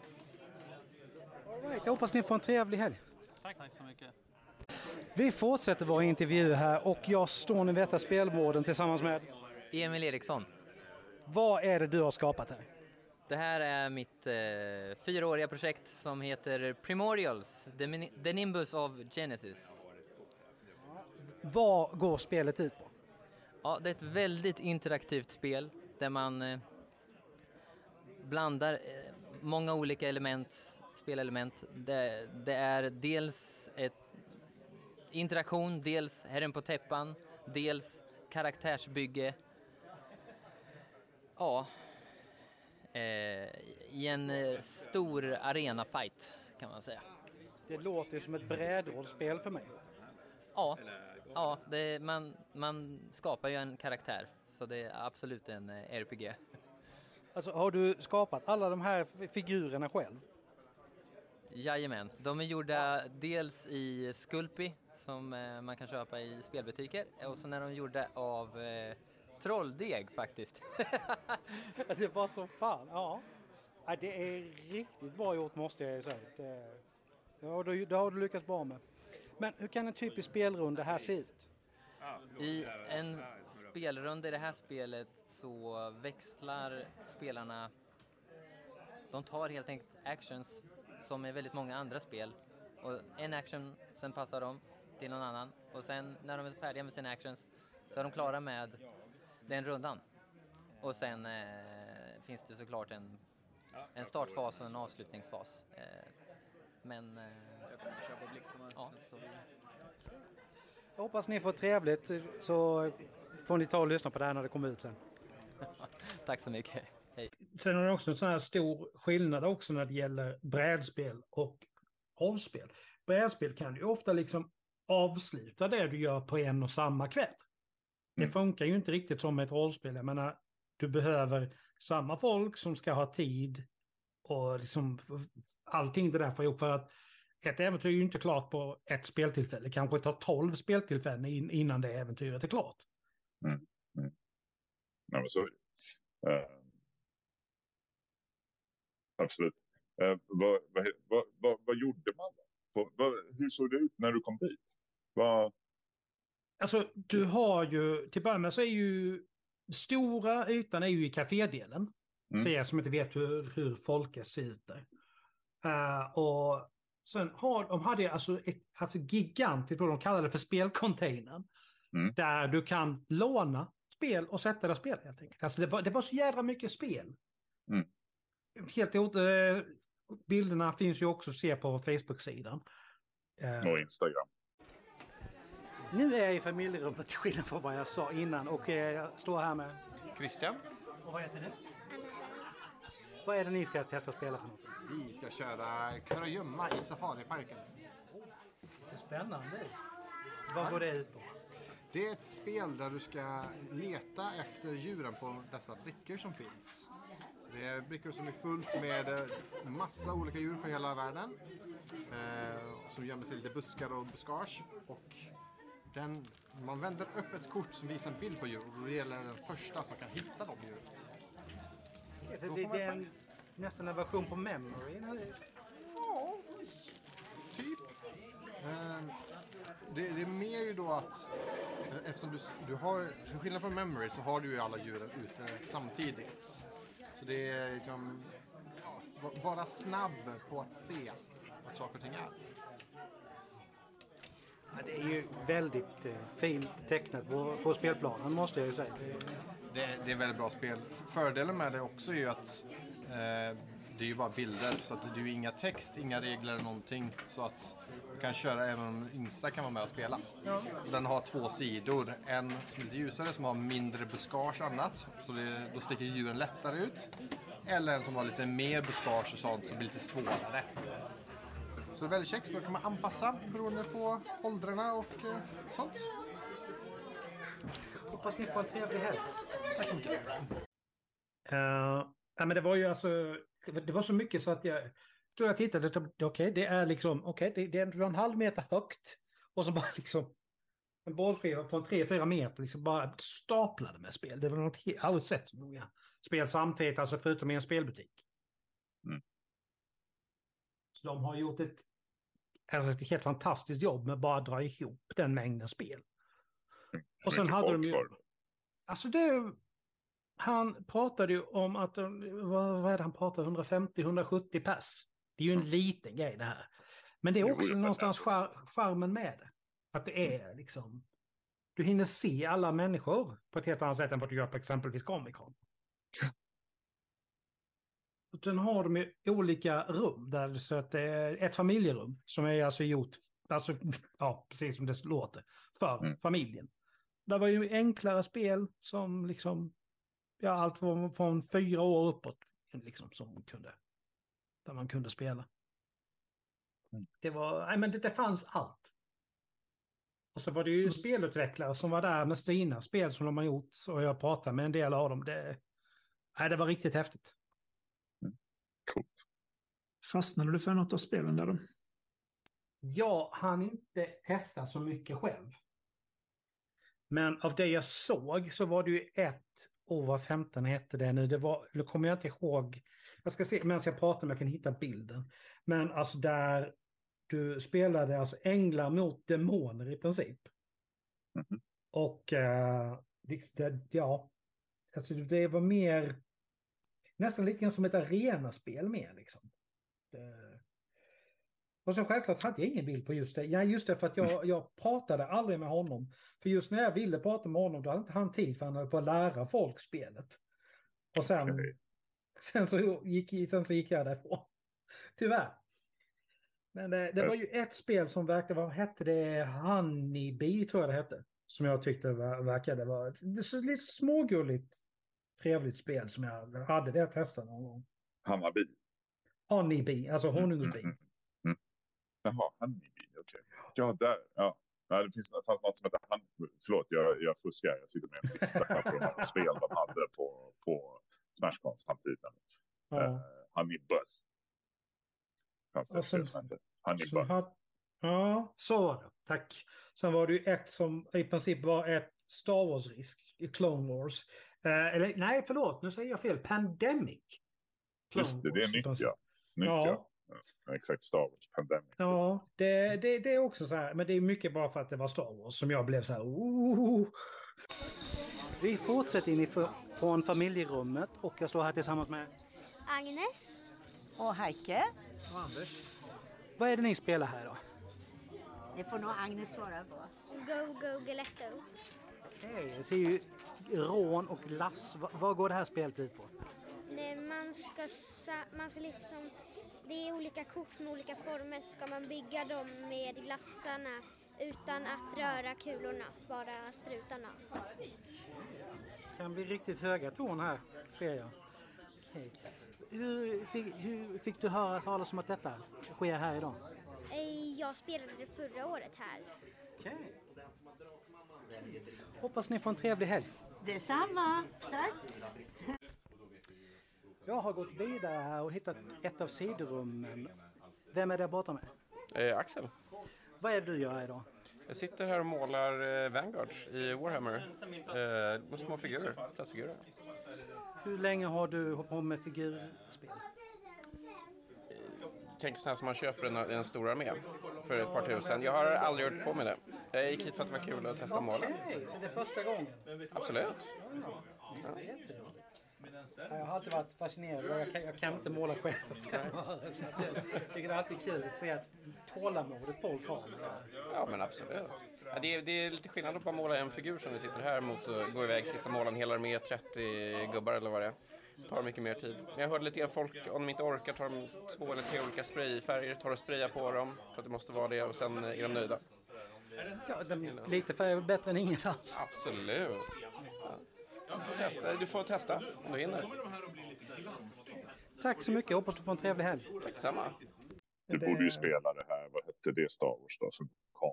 [SPEAKER 10] All right, jag hoppas ni får en trevlig helg.
[SPEAKER 11] Tack, tack så mycket.
[SPEAKER 10] Vi fortsätter vår intervju här och jag står nu vid detta spelborden tillsammans med
[SPEAKER 13] Emil Eriksson.
[SPEAKER 10] Vad är det du har skapat här?
[SPEAKER 13] Det här är mitt eh, fyraåriga projekt som heter Primordials, The, Min- The Nimbus of Genesis.
[SPEAKER 10] Vad går spelet ut på?
[SPEAKER 13] Ja, det är ett väldigt interaktivt spel där man eh, blandar eh, många olika element, spelelement. Det, det är dels ett interaktion, dels herren på täppan, dels karaktärsbygge. Ja, eh, i en eh, stor arena-fight kan man säga.
[SPEAKER 10] Det låter ju som ett brädrollspel för mig.
[SPEAKER 13] Ja, ja det, man, man skapar ju en karaktär, så det är absolut en eh, R P G.
[SPEAKER 10] Alltså, har du skapat alla de här f- figurerna själv?
[SPEAKER 13] Jajamän, de är gjorda dels i Sculpey som eh, man kan köpa i spelbutiker och sen är de gjorda av eh, trolldeg faktiskt.
[SPEAKER 10] Alltså, det var så fan, ja. Ja. Det är riktigt bra gjort måste jag säga. Det, det, har du, det har du lyckats bra med. Men hur kan en typisk spelrunda här se ut?
[SPEAKER 13] I en spelrunda i det här spelet så växlar spelarna, de tar helt enkelt actions som är väldigt många andra spel. Och en action, sen passar de till någon annan. Och sen när de är färdiga med sina actions så är de klara med den rundan. Och sen eh, finns det såklart en, en startfas och en avslutningsfas. Eh, men... Eh, ja, så.
[SPEAKER 10] Jag hoppas ni får trevligt så får ni ta och lyssna på det här när det kommer ut sen.
[SPEAKER 13] Tack så mycket. Hej.
[SPEAKER 1] Sen är det också en sån här stor skillnad också när det gäller brädspel och rollspel. Brädspel kan ju ofta liksom avsluta det du gör på en och samma kväll. Det
[SPEAKER 4] Mm.
[SPEAKER 1] funkar ju inte riktigt som ett rollspel. Jag menar, du behöver samma folk som ska ha tid och liksom allting det där för ihop, för att ett äventyr är ju inte klart på ett speltillfälle. Kanske tar tolv speltillfällen in, innan det äventyret är klart.
[SPEAKER 4] Mm. Mm. Ja, men så är det. Uh, absolut. Uh, vad, vad, vad, vad, vad gjorde man då? På, vad, hur såg det ut när du kom dit? Vad...
[SPEAKER 1] Alltså, du har ju, till början med så är ju stora ytan är ju i kafédelen. Mm. För er som inte vet hur, hur folket sitter. Uh, och sen har de hade alltså ett alltså gigantiskt, vad de kallar det för spelcontainern. Mm. Där du kan låna spel och sätta det spel helt enkelt. Alltså det var, det var så jävla mycket spel. Mm. Helt åt, uh, bilderna finns ju också att se på Facebook-sidan.
[SPEAKER 4] Uh, och Instagram.
[SPEAKER 10] Nu är jag i familjerummet till skillnad från vad jag sa innan. Och jag står här med
[SPEAKER 14] Christian.
[SPEAKER 10] Och vad heter det? Vad är det ni ska testa att spela för något?
[SPEAKER 14] Vi ska köra kurragömma i Safariparken.
[SPEAKER 10] Så spännande. Vad ja. går det ut på?
[SPEAKER 14] Det är ett spel där du ska leta efter djuren på dessa brickor som finns. Det är brickor som är fullt med massa olika djur från hela världen. Eh, som gömmer sig lite buskar och buskage. Och den, man vänder upp ett kort som visar en bild på djur. Och då gäller den första som kan hitta de djuren.
[SPEAKER 10] Så det, det är en, nästan en version på Memory?
[SPEAKER 14] Ja, typ. Eh, det, det är mer ju då att eftersom du, du har, till skillnad från Memory så har du ju alla djuren ute samtidigt. Så det är liksom, ja, vara snabb på att se vad saker och ting är.
[SPEAKER 10] Ja, det är ju väldigt eh, fint tecknat på, på spelplanen måste jag ju säga.
[SPEAKER 14] Det, det är väldigt bra spel. Fördelen med det också är ju att eh, det är ju bara bilder så att det är ju inga text, inga regler eller någonting så att du kan köra även om yngsta kan vara med och spela. Ja. Den har två sidor, en som är lite ljusare som har mindre buskage och annat så det, då sticker djuren lättare ut. Eller en som har lite mer buskage och sånt som blir lite svårare. Så det är väldigt käckt för då kan man anpassa beroende på åldrarna och eh, sånt.
[SPEAKER 10] Hoppas ni får en trevlig helg. Tack så mycket.
[SPEAKER 1] Uh, ja, men det var ju alltså, det var så mycket så att jag då jag tittade, okej, okay, det är liksom, okej, okay, det, det är en halv meter högt och så bara liksom en bollskiva på en tre fyra meter liksom bara staplade med spel. Det var något jag aldrig sett så många spel samtidigt, alltså förutom i en spelbutik. Mm. Så de har gjort ett, alltså ett helt fantastiskt jobb med bara att dra ihop den mängden spel. Mm. Och sen hade de ju, alltså det, han pratade ju om att, vad, vad är det han pratade, hundrafemtio till hundrasjuttio pass. Det är ju en mm. liten grej det här. Men det är också jo, någonstans char- charmen med det. Att det är liksom, du hinner se alla människor på ett helt annat sätt än vad du gör på exempelvis Comic Con. Och sen har de ju olika rum där så att det är ett familjerum som är alltså gjort, alltså, ja, precis som det låter, för mm. familjen. Det var ju enklare spel som liksom, ja, allt från, från fyra år uppåt liksom som man kunde, där man kunde spela. Mm. Det var, nej men det, det fanns allt. Och så var det ju mm. spelutvecklare som var där med sina spel som de har gjort och jag pratade med en del av dem. Det, nej, det var riktigt häftigt.
[SPEAKER 3] Coolt. Fastnade du för något av spelen där då?
[SPEAKER 1] Jag hann inte testa så mycket själv. Men av det jag såg så var det ju ett, och vad femton hette det nu, det var, nu kommer jag inte ihåg, jag ska se medan jag pratar om jag kan hitta bilden. Men alltså där du spelade alltså änglar mot demoner i princip. Mm-hmm. Och äh, det, ja, alltså det var mer nästan lite grann som ett arenaspel med liksom. Det... Och så självklart hade jag ingen bild på just det. Ja, just det för att jag, jag pratade aldrig med honom. För just när jag ville prata med honom då hade inte han tid för han höll på att lära folk spelet. Och sen, okay. sen, så, gick, sen så gick jag därifrån. Tyvärr. Men det, det var ju ett spel som verkade, vad hette det? Honeybee tror jag det hette. Som jag tyckte var, verkade vara ett, det är lite smågulligt trevligt spel som jag hade det att testa någon gång.
[SPEAKER 4] Hammarby.
[SPEAKER 1] Honeybee, alltså honungsbi.
[SPEAKER 4] Mm, mm, mm. Jaha, Honeybee, okej. Okay. Ja, där, ja. Ja, det finns, fanns något som heter han, förlåt, jag, jag fuskar, jag sitter med en lista här på de här spel de hade på, på Smashcon samtidigt. Ja. Uh, Honeybuzz. Fanns det sen, som hette Honeybuzz.
[SPEAKER 1] Had, ja, så var det. Tack. Sen var det ju ett som i princip var ett Star Wars-risk i Clone Wars. Uh, eller nej, förlåt, nu säger jag fel. Pandemic.
[SPEAKER 4] Clone Just det, det är nytt, ja. Nytt, ja. ja. Ja, exakt, Star Wars, Pandemic.
[SPEAKER 1] Ja, det, det, det är också så här, men det är mycket bara för att det var Star Wars som jag blev så här, oh.
[SPEAKER 10] Vi fortsätter in i för, från familjerummet och jag står här tillsammans med
[SPEAKER 15] Agnes.
[SPEAKER 16] Och Heike.
[SPEAKER 10] Och Anders. Vad är det ni spelar här då?
[SPEAKER 16] Det får nog Agnes svara på.
[SPEAKER 15] Go, go, Galetto.
[SPEAKER 10] Okej, okay, jag ser ju rån och glass. Va, vad går det här spelet ut på?
[SPEAKER 15] Nej, man ska, man ska liksom, det är olika kort med olika former, så ska man bygga dem med glassarna utan att röra kulorna, bara strutarna.
[SPEAKER 10] Det kan bli riktigt höga ton här, ser jag. Okay. Hur, fick, hur fick du höra talas om att detta sker här idag?
[SPEAKER 15] Jag spelade det förra året här.
[SPEAKER 10] Okej. Hoppas ni får en trevlig helg.
[SPEAKER 16] Detsamma, tack.
[SPEAKER 10] Jag har gått vidare här och hittat ett av sidorummen. Vem är det jag pratar med?
[SPEAKER 17] Eh, Axel.
[SPEAKER 10] Vad är det du gör här idag?
[SPEAKER 17] Jag sitter här och målar eh, Vanguards i Warhammer. Eh, små figurer, plastfigurer.
[SPEAKER 10] Hur länge har du hållit på med figurspel?
[SPEAKER 17] Tänk så här som man köper en, en stor armé för ett par tusen. Jag har aldrig gjort på med det. Jag gick hit för att det var kul att testa målen.
[SPEAKER 10] Okej, så det är första gången?
[SPEAKER 17] Absolut.
[SPEAKER 10] Ja, det är jättebra. Jag har alltid varit fascinerad. Jag kan, jag kan inte måla själv för fem år. Så jag tycker det är alltid kul att se att tålamodet folk har.
[SPEAKER 17] Ja, men absolut. Ja, det, är, det är lite skillnad att bara måla en figur som vi sitter här mot att gå iväg, sitta och måla en hel armé, trettio gubbar eller vad det är. Det tar mycket mer tid. Men jag hörde lite grann folk, om de inte orkar, tar de två eller tre olika sprayfärger, tar och sprayar på dem för att det måste vara det och sen är de nöjda.
[SPEAKER 10] Ja, de, lite färg bättre än inget alls.
[SPEAKER 17] Absolut. Ja. Du får testa, du får testa om du hinner.
[SPEAKER 10] Tack så mycket, jag hoppas du får en trevlig helg.
[SPEAKER 17] Tack detsamma.
[SPEAKER 4] Du borde ju spela det här, vad hette det Star Wars då, som kom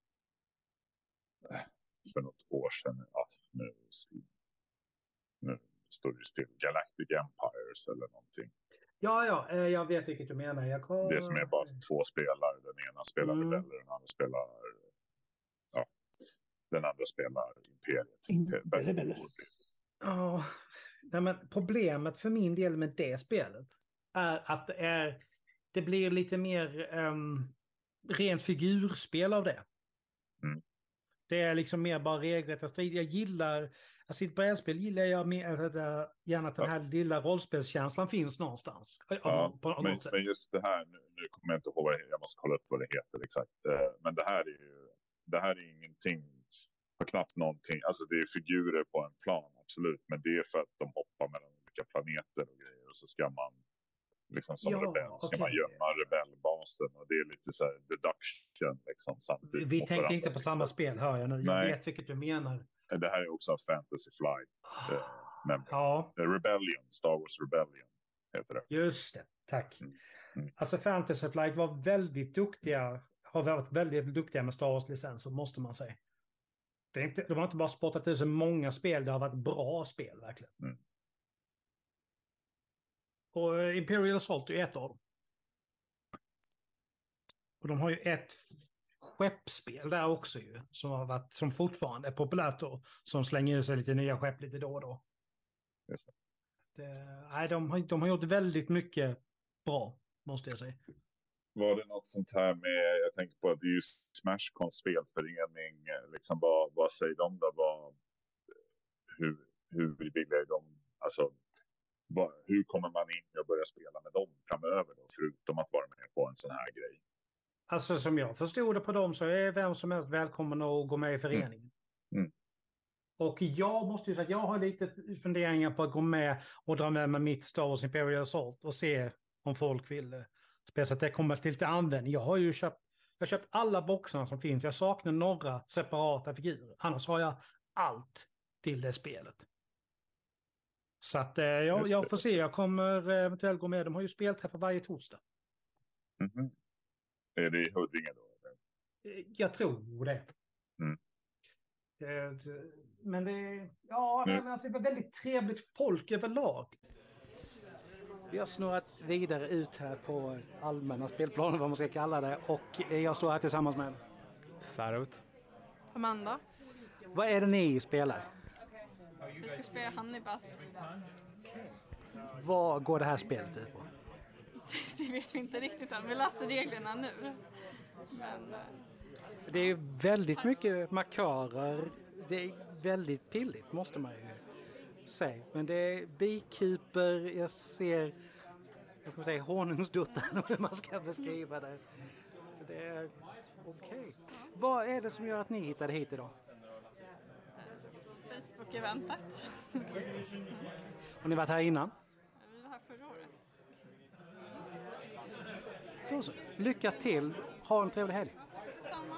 [SPEAKER 4] för något år sedan. Ja, nu, nu står det still. Galactic Empires eller någonting.
[SPEAKER 1] Ja, ja, jag vet vilket du menar. Jag kom...
[SPEAKER 4] Det som är bara två spelare. Den ena spelar mm. rebeller, den andra spelar... Ja, den andra spelar Imperiet.
[SPEAKER 1] Rebeller. Ja, nej, men problemet för min del med det spelet är att det, är, det blir lite mer um, rent figurspel av det.
[SPEAKER 4] Mm.
[SPEAKER 1] Det är liksom mer bara regelrätta strid. Jag gillar, alltså i ett brädspel gillar jag mer att det, gärna att den här ja. lilla rollspelskänslan finns någonstans.
[SPEAKER 4] Ja, på, på men, något sätt. Men just det här, nu, nu kommer jag inte ihåg vad det, jag måste kolla upp vad det heter exakt. Men det här är ju, det här är ingenting, för knappt någonting, alltså det är figurer på en plan, absolut. Men det är för att de hoppar mellan olika planeter och grejer och så ska man liksom som ja, rebell ska okay. man gömma rebellbasen och det är lite så här deduction liksom samtidigt.
[SPEAKER 1] Vi tänker inte på liksom. Samma spel, hör jag nu. Jag Nej. vet vilket du menar.
[SPEAKER 4] Det här är också en Fantasy Flight. Eh, men
[SPEAKER 1] ja.
[SPEAKER 4] Rebellion, Star Wars Rebellion heter det.
[SPEAKER 1] Just det, tack.
[SPEAKER 4] Mm. Mm.
[SPEAKER 1] Alltså Fantasy Flight var väldigt duktiga, har varit väldigt duktiga med Star Wars-licenser, måste man säga. Det är inte, de har inte bara spottat ut så många spel, det har varit bra spel verkligen.
[SPEAKER 4] Mm.
[SPEAKER 1] Och Imperial Assault är ju ett av dem. Och de har ju ett skeppsspel där också ju, som har varit, som fortfarande är populärt och som slänger ut sig lite nya skepp lite då och då.
[SPEAKER 4] Just det.
[SPEAKER 1] Det, nej, de har, de har gjort väldigt mycket bra, måste jag säga.
[SPEAKER 4] Var det något sånt här med, jag tänker på att det är ju Smashcons spelförening, liksom vad, vad säger de då? Vad, hur, hur vill de, alltså vad, hur kommer man in och börja spela med dem framöver då, förutom att vara med på en sån här grej?
[SPEAKER 1] Alltså som jag förstod det på dem så är vem som helst välkommen att gå med i föreningen.
[SPEAKER 4] Mm. Mm.
[SPEAKER 1] Och jag måste ju säga att jag har lite funderingar på att gå med och dra med mig mitt Star Wars Imperial Assault och se om folk vill spela så att det kommer till användning. Jag har ju köpt, jag har köpt alla boxarna som finns. Jag saknar några separata figurer. Annars har jag allt till det spelet. Så att eh, jag, jag får se. Jag kommer eventuellt gå med. De har ju spelträffar varje torsdag.
[SPEAKER 4] Mm-hmm. Är det i Huddinge då?
[SPEAKER 1] Eller? Jag tror det.
[SPEAKER 4] Mm.
[SPEAKER 1] Men det, ja, mm. men alltså, det var väldigt trevligt folk överlag. Vi har snurrat vidare ut här på allmänna spelplaner, vad man ska kalla det. Och jag står här tillsammans med
[SPEAKER 18] Sarut.
[SPEAKER 19] Amanda.
[SPEAKER 1] Vad är det ni spelar?
[SPEAKER 19] Vi ska spela Hannibas.
[SPEAKER 1] Vad går det här spelet ut på?
[SPEAKER 19] Det vet vi inte riktigt än. Vi läser reglerna nu. Men...
[SPEAKER 1] Det är väldigt mycket markörer. Det är väldigt pilligt, måste man ju
[SPEAKER 10] se. Men det är bikuper, jag ser, jag ska säga honungsduttan, hur man ska beskriva det. Så det är okej. Okay. Vad är det som gör att ni hittade hit idag?
[SPEAKER 19] Facebook-eventet.
[SPEAKER 10] Har ni varit här innan?
[SPEAKER 19] Vi var här förra året.
[SPEAKER 10] Då så. Lycka till. Ha en trevlig helg.
[SPEAKER 19] Samma.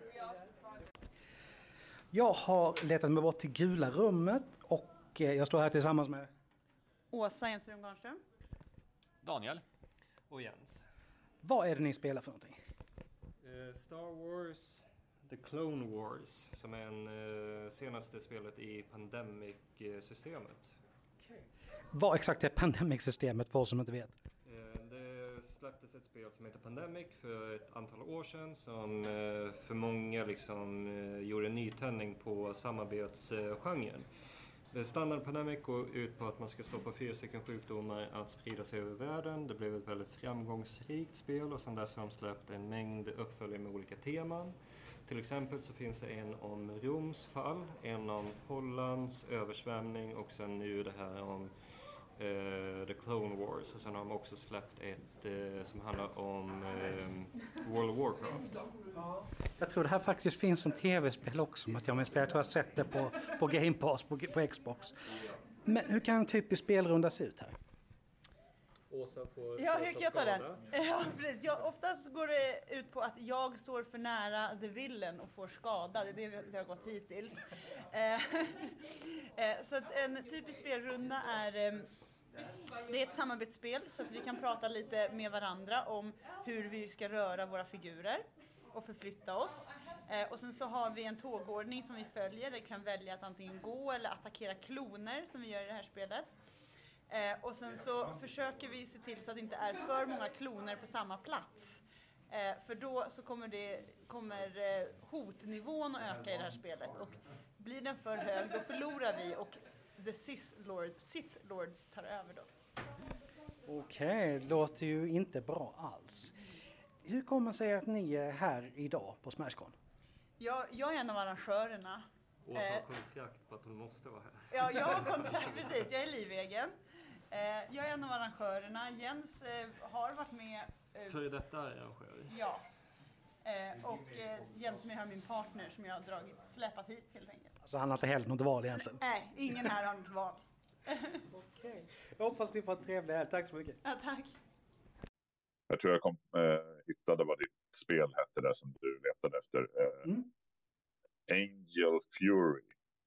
[SPEAKER 10] Jag har letat mig bort till gula rummet och jag står här tillsammans med
[SPEAKER 18] Åsa Enström Garnström.
[SPEAKER 20] Daniel. Och Jens.
[SPEAKER 10] Vad är det ni spelar för någonting?
[SPEAKER 20] Uh, Star Wars The Clone Wars, som är en uh, senaste spelet i Pandemic-systemet.
[SPEAKER 10] Okay. Vad exakt är Pandemic-systemet för oss som inte vet?
[SPEAKER 20] Uh, det släpptes ett spel som heter Pandemic för ett antal år sedan som uh, för många liksom uh, gjorde en nytändning på samarbetsgenren. Uh, Standard Pandemic går ut på att man ska stoppa fyra stycken sjukdomar att sprida sig över världen. Det blev ett väldigt framgångsrikt spel och sedan dess har de släppt en mängd uppföljare med olika teman. Till exempel så finns det en om Roms fall, en om Hollands översvämning och sen nu det här om eh, The Clone Wars. Och sen har de också släppt ett eh, som handlar om eh, World of Warcraft.
[SPEAKER 10] Jag tror det här faktiskt finns som tv-spel också, att jag minns, för jag tror jag har sett det på, på Game Pass, på, på Xbox. Men hur kan en typisk spelrunda se ut här?
[SPEAKER 20] Åsa får
[SPEAKER 18] Ja, hur kan jag ta den? Ja, precis. Jag, oftast går det ut på att jag står för nära the villain och får skada. Det är det vi har gått hittills. Så att en typisk spelrunda är, det är ett samarbetsspel så att vi kan prata lite med varandra om hur vi ska röra våra figurer och förflytta oss. Och sen så har vi en tågordning som vi följer. Det kan välja att antingen gå eller attackera kloner som vi gör i det här spelet. Eh, och sen så försöker vi se till så att det inte är för många kloner på samma plats. Eh, för då så kommer, det, kommer eh, hotnivån att öka i det här spelet. Och blir den för hög då förlorar vi och the Sith, Lord, Sith Lords tar över då.
[SPEAKER 10] Okej, okay, det låter ju inte bra alls. Hur kommer det sig att ni är här idag på Smashcon?
[SPEAKER 18] Jag, jag är en av arrangörerna.
[SPEAKER 20] Åsa har kontrakt på att hon måste vara här.
[SPEAKER 18] Ja, jag har kontrakt, precis. Jag är livegen. Jag är en av arrangörerna. Jens har varit med.
[SPEAKER 20] För detta arrangör?
[SPEAKER 18] Ja. Och jämte mig har min partner som jag har dragit, släpat hit helt enkelt.
[SPEAKER 10] Så han har inte heller något val egentligen?
[SPEAKER 18] Nej, ingen här har något val.
[SPEAKER 10] Okej. Jag hoppas ni får en trevlig helg. Tack så mycket.
[SPEAKER 18] Ja, tack.
[SPEAKER 4] Jag tror jag kom, äh, hittade vad ditt spel hette där som du letade efter. Äh, mm. Angel Fury.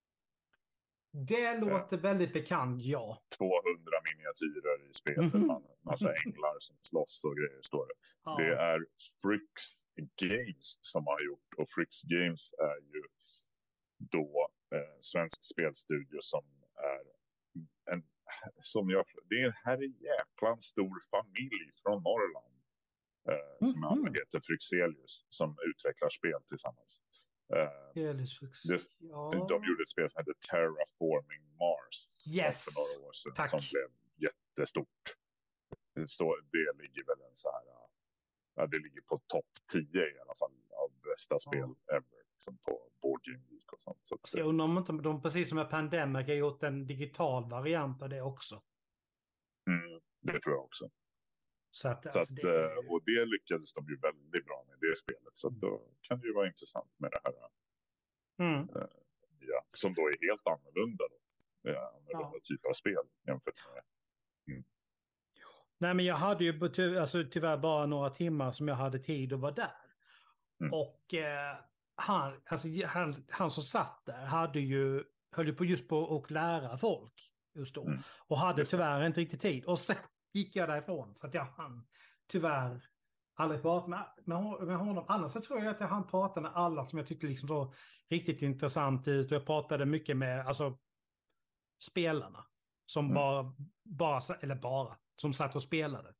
[SPEAKER 1] Det låter äh, väldigt bekant, ja.
[SPEAKER 4] tvåhundra miniatyrer i spelet. Mm-hmm. Man, massa änglar som slåss och grejer står det. Ja. Det är Fricks Games som har gjort. Och Fricks Games är ju då eh, svensk spelstudio som är en, som jag, det är en här jäkla stor familj från Norrland. Eh, mm-hmm. Som alla heter Fryxelius som utvecklar spel tillsammans. Uh, det,
[SPEAKER 1] ja.
[SPEAKER 4] De gjorde ett spel som heter Terraforming Mars
[SPEAKER 1] yes.
[SPEAKER 4] för några år sedan.
[SPEAKER 1] Tack.
[SPEAKER 4] Som blev jättestort. Det, står, det ligger väl en så här, ja, det ligger på topp tio i alla fall av bästa spel ja. ever liksom på Board Game Week och sånt. Så att,
[SPEAKER 1] jag undrar om inte de precis som med Pandemic har gjort en digital variant av det också.
[SPEAKER 4] Mm, det tror jag också.
[SPEAKER 1] Så att,
[SPEAKER 4] så
[SPEAKER 1] alltså,
[SPEAKER 4] att,
[SPEAKER 1] det...
[SPEAKER 4] Och det lyckades de ju väldigt bra med det spelet. Så då kan det ju vara intressant med det här.
[SPEAKER 1] Mm.
[SPEAKER 4] Äh, ja, som då är helt annorlunda. Då. Ja, annorlunda ja. typ av spel jämfört med... Mm.
[SPEAKER 1] Nej, men jag hade ju ty- alltså, tyvärr bara några timmar som jag hade tid att vara där. Mm. Och eh, han, alltså, han, han som satt där hade ju, höll ju på just på att lära folk just då. Mm. Och hade tyvärr inte riktigt tid. Och sen gick jag därifrån så att jag hann tyvärr aldrig prata med, med, med honom. Annars så tror jag att jag hann prata med alla som jag tyckte liksom så riktigt intressant ut. Och jag pratade mycket med alltså, spelarna som mm. bara, bara, eller bara, som satt och spelade.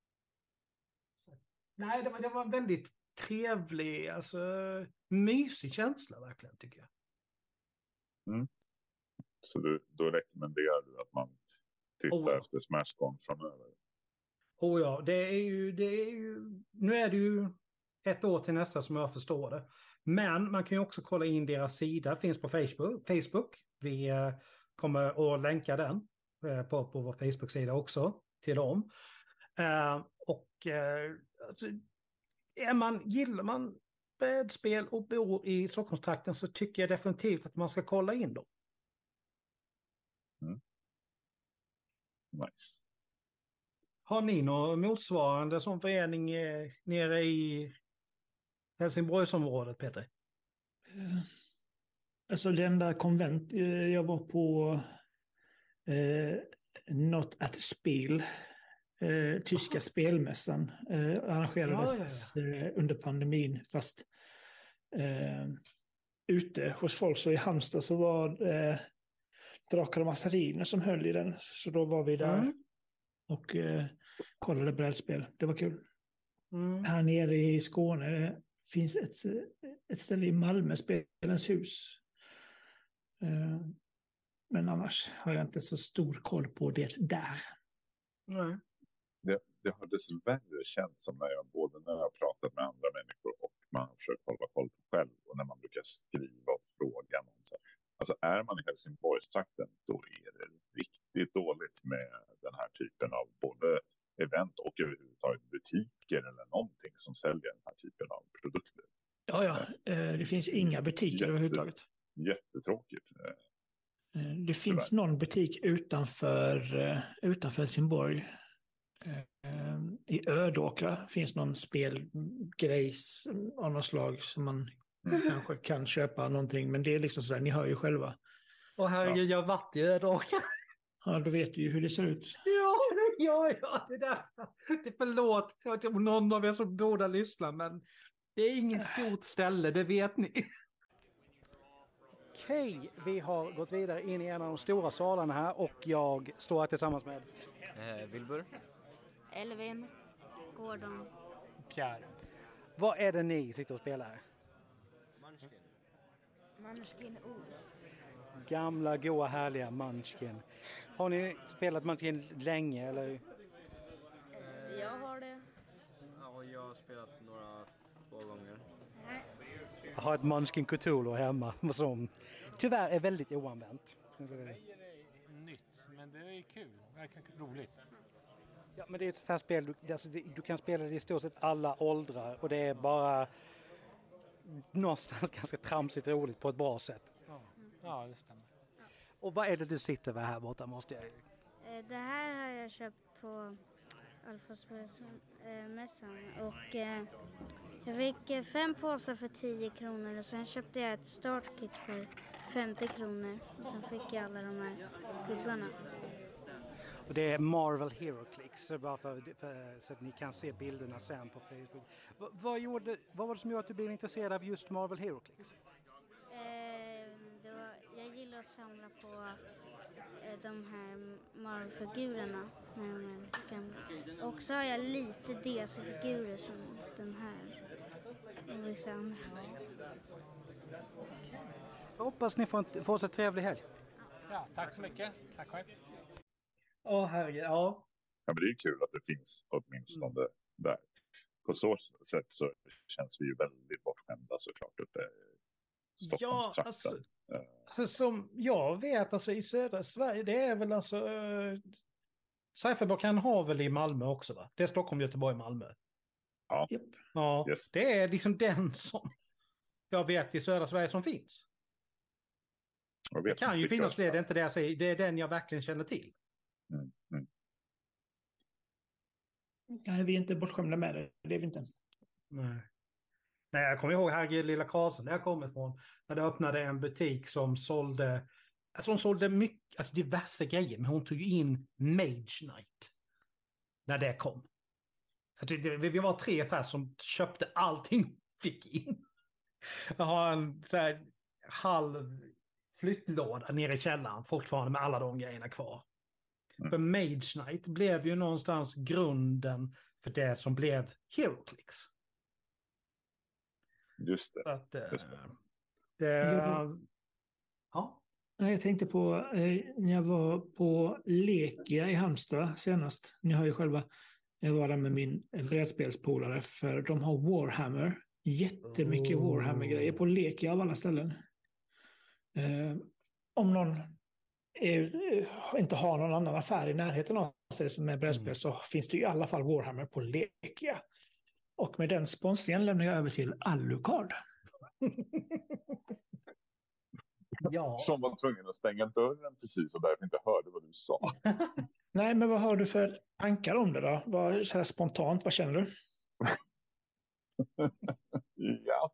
[SPEAKER 1] Så, nej, det var, det var en väldigt trevlig, alltså mysig känsla verkligen tycker jag.
[SPEAKER 4] Mm. Så du, då rekommenderar du att man tittar oh, ja. efter Smashcon framöver?
[SPEAKER 1] Oh ja, det är ju, det är ju, nu är det ju ett år till nästa som jag förstår det. Men man kan ju också kolla in deras sida, finns på Facebook. Facebook. Vi kommer att länka den eh, på, på vår Facebook-sida också till dem. Eh, och eh, alltså, är man, gillar man brädspel och bor i Stockholmstrakten så tycker jag definitivt att man ska kolla in dem.
[SPEAKER 4] Mm. Nice.
[SPEAKER 1] Har ni någon motsvarande som förening eh, nere i Helsingborgsområdet, Peter?
[SPEAKER 3] Alltså det enda konvent eh, jag var på eh, något att spel, eh, tyska Aha. spelmässan, eh, arrangerades ja, ja, ja. Eh, under pandemin, fast eh, ute hos folk. Så i Halmstad så var eh, Drakar och Massariner som höll i den, så då var vi där mm. och eh, kollade brädspel. Det var kul. Mm. Här nere i Skåne finns ett, ett ställe i Malmö, Spelens hus. Eh, men annars har jag inte så stor koll på det där.
[SPEAKER 1] Nej.
[SPEAKER 4] Det, det har dessvärre känts som när jag både när jag har pratat med andra människor och man har försökt hålla koll på själv och när man brukar skriva och fråga någon så här. Alltså är man i Helsingborgstrakten då är det riktigt dåligt med den här typen av både event och överhuvudtaget butiker eller någonting som säljer den här typen av produkter.
[SPEAKER 3] Ja, ja. Det finns inga butiker Jätte, överhuvudtaget.
[SPEAKER 4] Jättetråkigt.
[SPEAKER 3] Det finns någon butik utanför, utanför Helsingborg. I Ödåkra finns någon spelgrejs av något slag som man mm. kanske kan köpa någonting. Men det är liksom sådär, ni hör ju själva.
[SPEAKER 1] Och herregud, ja. jag har varit i Ödåkra.
[SPEAKER 3] Ja, då vet du ju hur det ser ut.
[SPEAKER 1] Ja, ja, ja, det där. Det är förlåt om någon av er som båda lyssnar, men det är inget stort ställe, det vet ni. Okej, vi har gått vidare in i en av de stora salarna här och jag står här tillsammans med
[SPEAKER 21] eh, Wilbur,
[SPEAKER 15] Elvin, Gordon,
[SPEAKER 1] Pierre. Vad är det ni sitter och spelar här?
[SPEAKER 21] Munchkin.
[SPEAKER 15] Munchkin Os.
[SPEAKER 1] Gamla, goa, härliga Munchkin. Har ni spelat Munchkin länge eller?
[SPEAKER 15] Jag har det.
[SPEAKER 21] Ja, jag har spelat några få gånger.
[SPEAKER 15] Nej.
[SPEAKER 1] Jag har ett Munchkin Cthulhu hemma som tyvärr är väldigt oanvänt.
[SPEAKER 22] Det är nytt, men det är kul. Det är roligt.
[SPEAKER 1] Ja, men det är ett sånt här spel, du, alltså, det, du kan spela det i stort sett alla åldrar och det är bara någonstans ganska tramsigt roligt på ett bra sätt.
[SPEAKER 22] Ja, ja det stämmer.
[SPEAKER 1] Och vad är det du sitter med här borta, måste jag?
[SPEAKER 15] Det här har jag köpt på Alfaspelsmässan och eh, jag fick fem påsar för tio kronor och sen köpte jag ett startkit för femtio kronor och sen fick jag alla de här gubbarna.
[SPEAKER 1] Och det är Marvel HeroClix, bara för, för, så att ni kan se bilderna sen på Facebook. V, vad, gjorde, vad var det som gjorde att du blev intresserad av just Marvel HeroClix?
[SPEAKER 15] Eh, det var, jag gillar att samla på eh, de här Marvel-figurerna. Och så har jag lite D C-figurer som den här och vissa andra.
[SPEAKER 1] Jag hoppas ni får en, får en trevlig helg.
[SPEAKER 22] Ja, tack så mycket. Tack själv.
[SPEAKER 1] Åh, herregud, ja.
[SPEAKER 4] Ja, men det är kul att det finns åtminstone mm. där. På så sätt så känns vi ju väldigt bortskämda såklart uppe i Stockholmstrakten.
[SPEAKER 1] Ja, alltså, alltså som jag vet, alltså i södra Sverige, det är väl alltså uh, Cypherbokan har väl i Malmö också, va? Det är Stockholm, Göteborg, Malmö.
[SPEAKER 4] Ja.
[SPEAKER 1] Yep. Ja, yes. Det är liksom den som jag vet i södra Sverige som finns. Det kan ju finnas fler, det är inte det jag säger. Det är den jag verkligen känner till.
[SPEAKER 4] Mm, mm.
[SPEAKER 3] Nej, vi är inte bortskämda med det. Det är vi inte.
[SPEAKER 1] Nej. Nej, jag kommer ihåg här i Lilla Karlsson där jag kommer ifrån. När det öppnade en butik som sålde alltså hon sålde mycket, alltså diverse grejer. Men hon tog in Mage Knight. När det kom. Vi var tre personer som köpte allting fick in. Jag har en så här halv flyttlåda nere i källaren fortfarande med alla de grejerna kvar. Mm. För Mage Knight blev ju någonstans grunden för det som blev HeroClix.
[SPEAKER 4] Just det.
[SPEAKER 1] Att,
[SPEAKER 4] Just det.
[SPEAKER 1] det
[SPEAKER 3] jag,
[SPEAKER 1] ja.
[SPEAKER 3] jag tänkte på eh, när jag var på Lekia i Halmstad senast. Ni har ju själva, jag var där med min brädspelspolare för de har Warhammer. Jättemycket oh. Warhammer-grejer på Lekia av alla ställen. Eh, om någon är, inte har någon annan affär i närheten av sig som är brädspel mm. så finns det i alla fall Warhammer på Lekia. Och med den sponsringen lämnar jag över till Alucard.
[SPEAKER 1] Ja.
[SPEAKER 4] Som var tvungen att stänga dörren precis och därför inte hörde vad du sa.
[SPEAKER 3] Nej, men vad har du för tankar om det då? Vad, så här spontant, vad känner du?
[SPEAKER 4] Ja.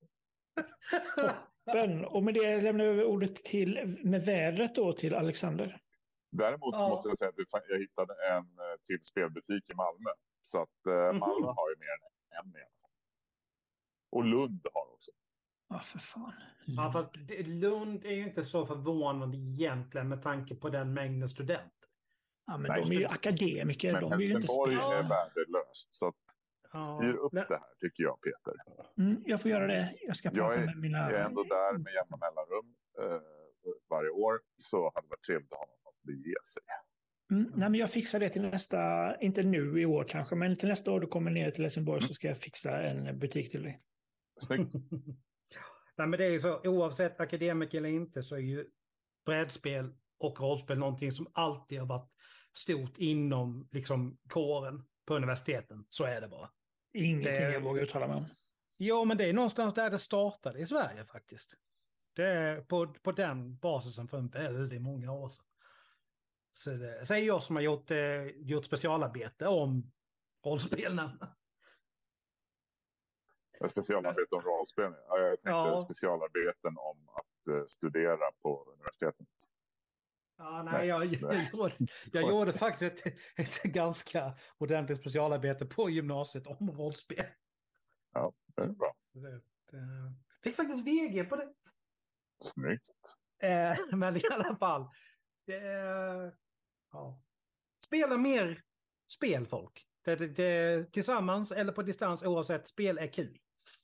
[SPEAKER 3] Toppen. Och med det lämnar jag över ordet till, med vädret då, till Alexander.
[SPEAKER 4] Däremot ja. måste jag säga att jag hittade en till spelbutik i Malmö. Så att eh, Malmö mm. har ju mer än en i alla fall. Och Lund har också.
[SPEAKER 3] Ja, för fan.
[SPEAKER 1] Lund. Ja, fast Lund är ju inte så förvånande egentligen med tanke på den mängden studenter.
[SPEAKER 3] Ja, men Nej, de är ju akademiker.
[SPEAKER 4] Men
[SPEAKER 3] de
[SPEAKER 4] Helsingborg
[SPEAKER 3] inte
[SPEAKER 4] är värdelöst. Så att styr upp ja. det här tycker jag, Peter.
[SPEAKER 3] Mm, jag får göra det. Jag ska prata
[SPEAKER 4] jag är,
[SPEAKER 3] med mina...
[SPEAKER 4] Jag är ändå där med jämna mellanrum eh, varje år. Så hade det varit trevligt att ha någonstans att bege sig.
[SPEAKER 3] Mm, nej, men jag fixar det till nästa, inte nu i år kanske, men till nästa år du kommer ner till Helsingborg mm. så ska jag fixa en butik till dig.
[SPEAKER 4] Snyggt.
[SPEAKER 1] Nej, men det är ju så, oavsett akademiker eller inte så är ju brädspel och rollspel någonting som alltid har varit stort inom liksom kåren på universiteten. Så är det bara.
[SPEAKER 3] Ingenting jag vågar uttala mig om.
[SPEAKER 1] Ja, men det är någonstans där det startade i Sverige faktiskt. Det är på, på den basisen för en väldigt många år sedan. Så det säger jag som har gjort, eh, gjort specialarbete om rollspelen.
[SPEAKER 4] Specialarbete om rollspel? Ja, jag tänkte ja. specialarbeten om att uh, studera på universiteten.
[SPEAKER 1] Ja, nej, nej, jag, jag, jag, gjorde, jag gjorde faktiskt ett, ett ganska ordentligt specialarbete på gymnasiet om rollspel.
[SPEAKER 4] Ja, det är bra.
[SPEAKER 1] Det, det, fick faktiskt V G på det.
[SPEAKER 4] Snyggt.
[SPEAKER 1] Eh, men i alla fall. Det, ja. Spela mer spel, folk. Det, det, det, tillsammans eller på distans, oavsett, spel är kul.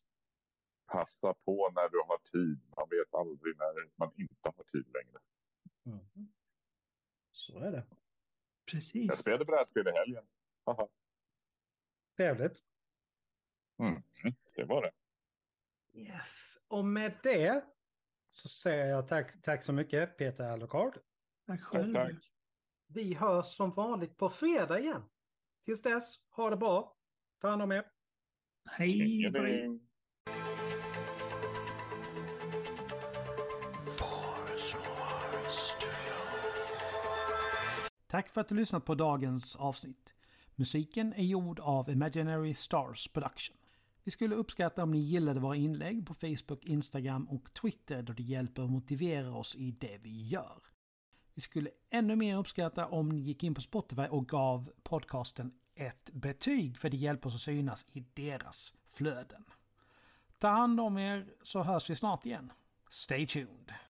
[SPEAKER 4] Passa på när du har tid. Man vet aldrig när man inte har tid längre.
[SPEAKER 1] Mm. Så är det.
[SPEAKER 3] Precis.
[SPEAKER 4] Jag spelade brädspel i helgen. Aha.
[SPEAKER 1] Trevligt.
[SPEAKER 4] Mm, det var det.
[SPEAKER 1] Yes. Och med det så säger jag tack, tack så mycket, Peter Alucard.
[SPEAKER 3] Tack själv.
[SPEAKER 4] Tack.
[SPEAKER 1] Vi hörs som vanligt på fredag igen. Tills dess, ha det bra. Ta hand om er.
[SPEAKER 3] Hej på dig.
[SPEAKER 1] Tack för att du lyssnat på dagens avsnitt. Musiken är gjord av Imaginary Stars Production. Vi skulle uppskatta om ni gillade våra inlägg på Facebook, Instagram och Twitter då det hjälper att motivera oss i det vi gör. Vi skulle ännu mer uppskatta om ni gick in på Spotify och gav podcasten ett betyg för det hjälper oss att synas i deras flöden. Ta hand om er så hörs vi snart igen. Stay tuned!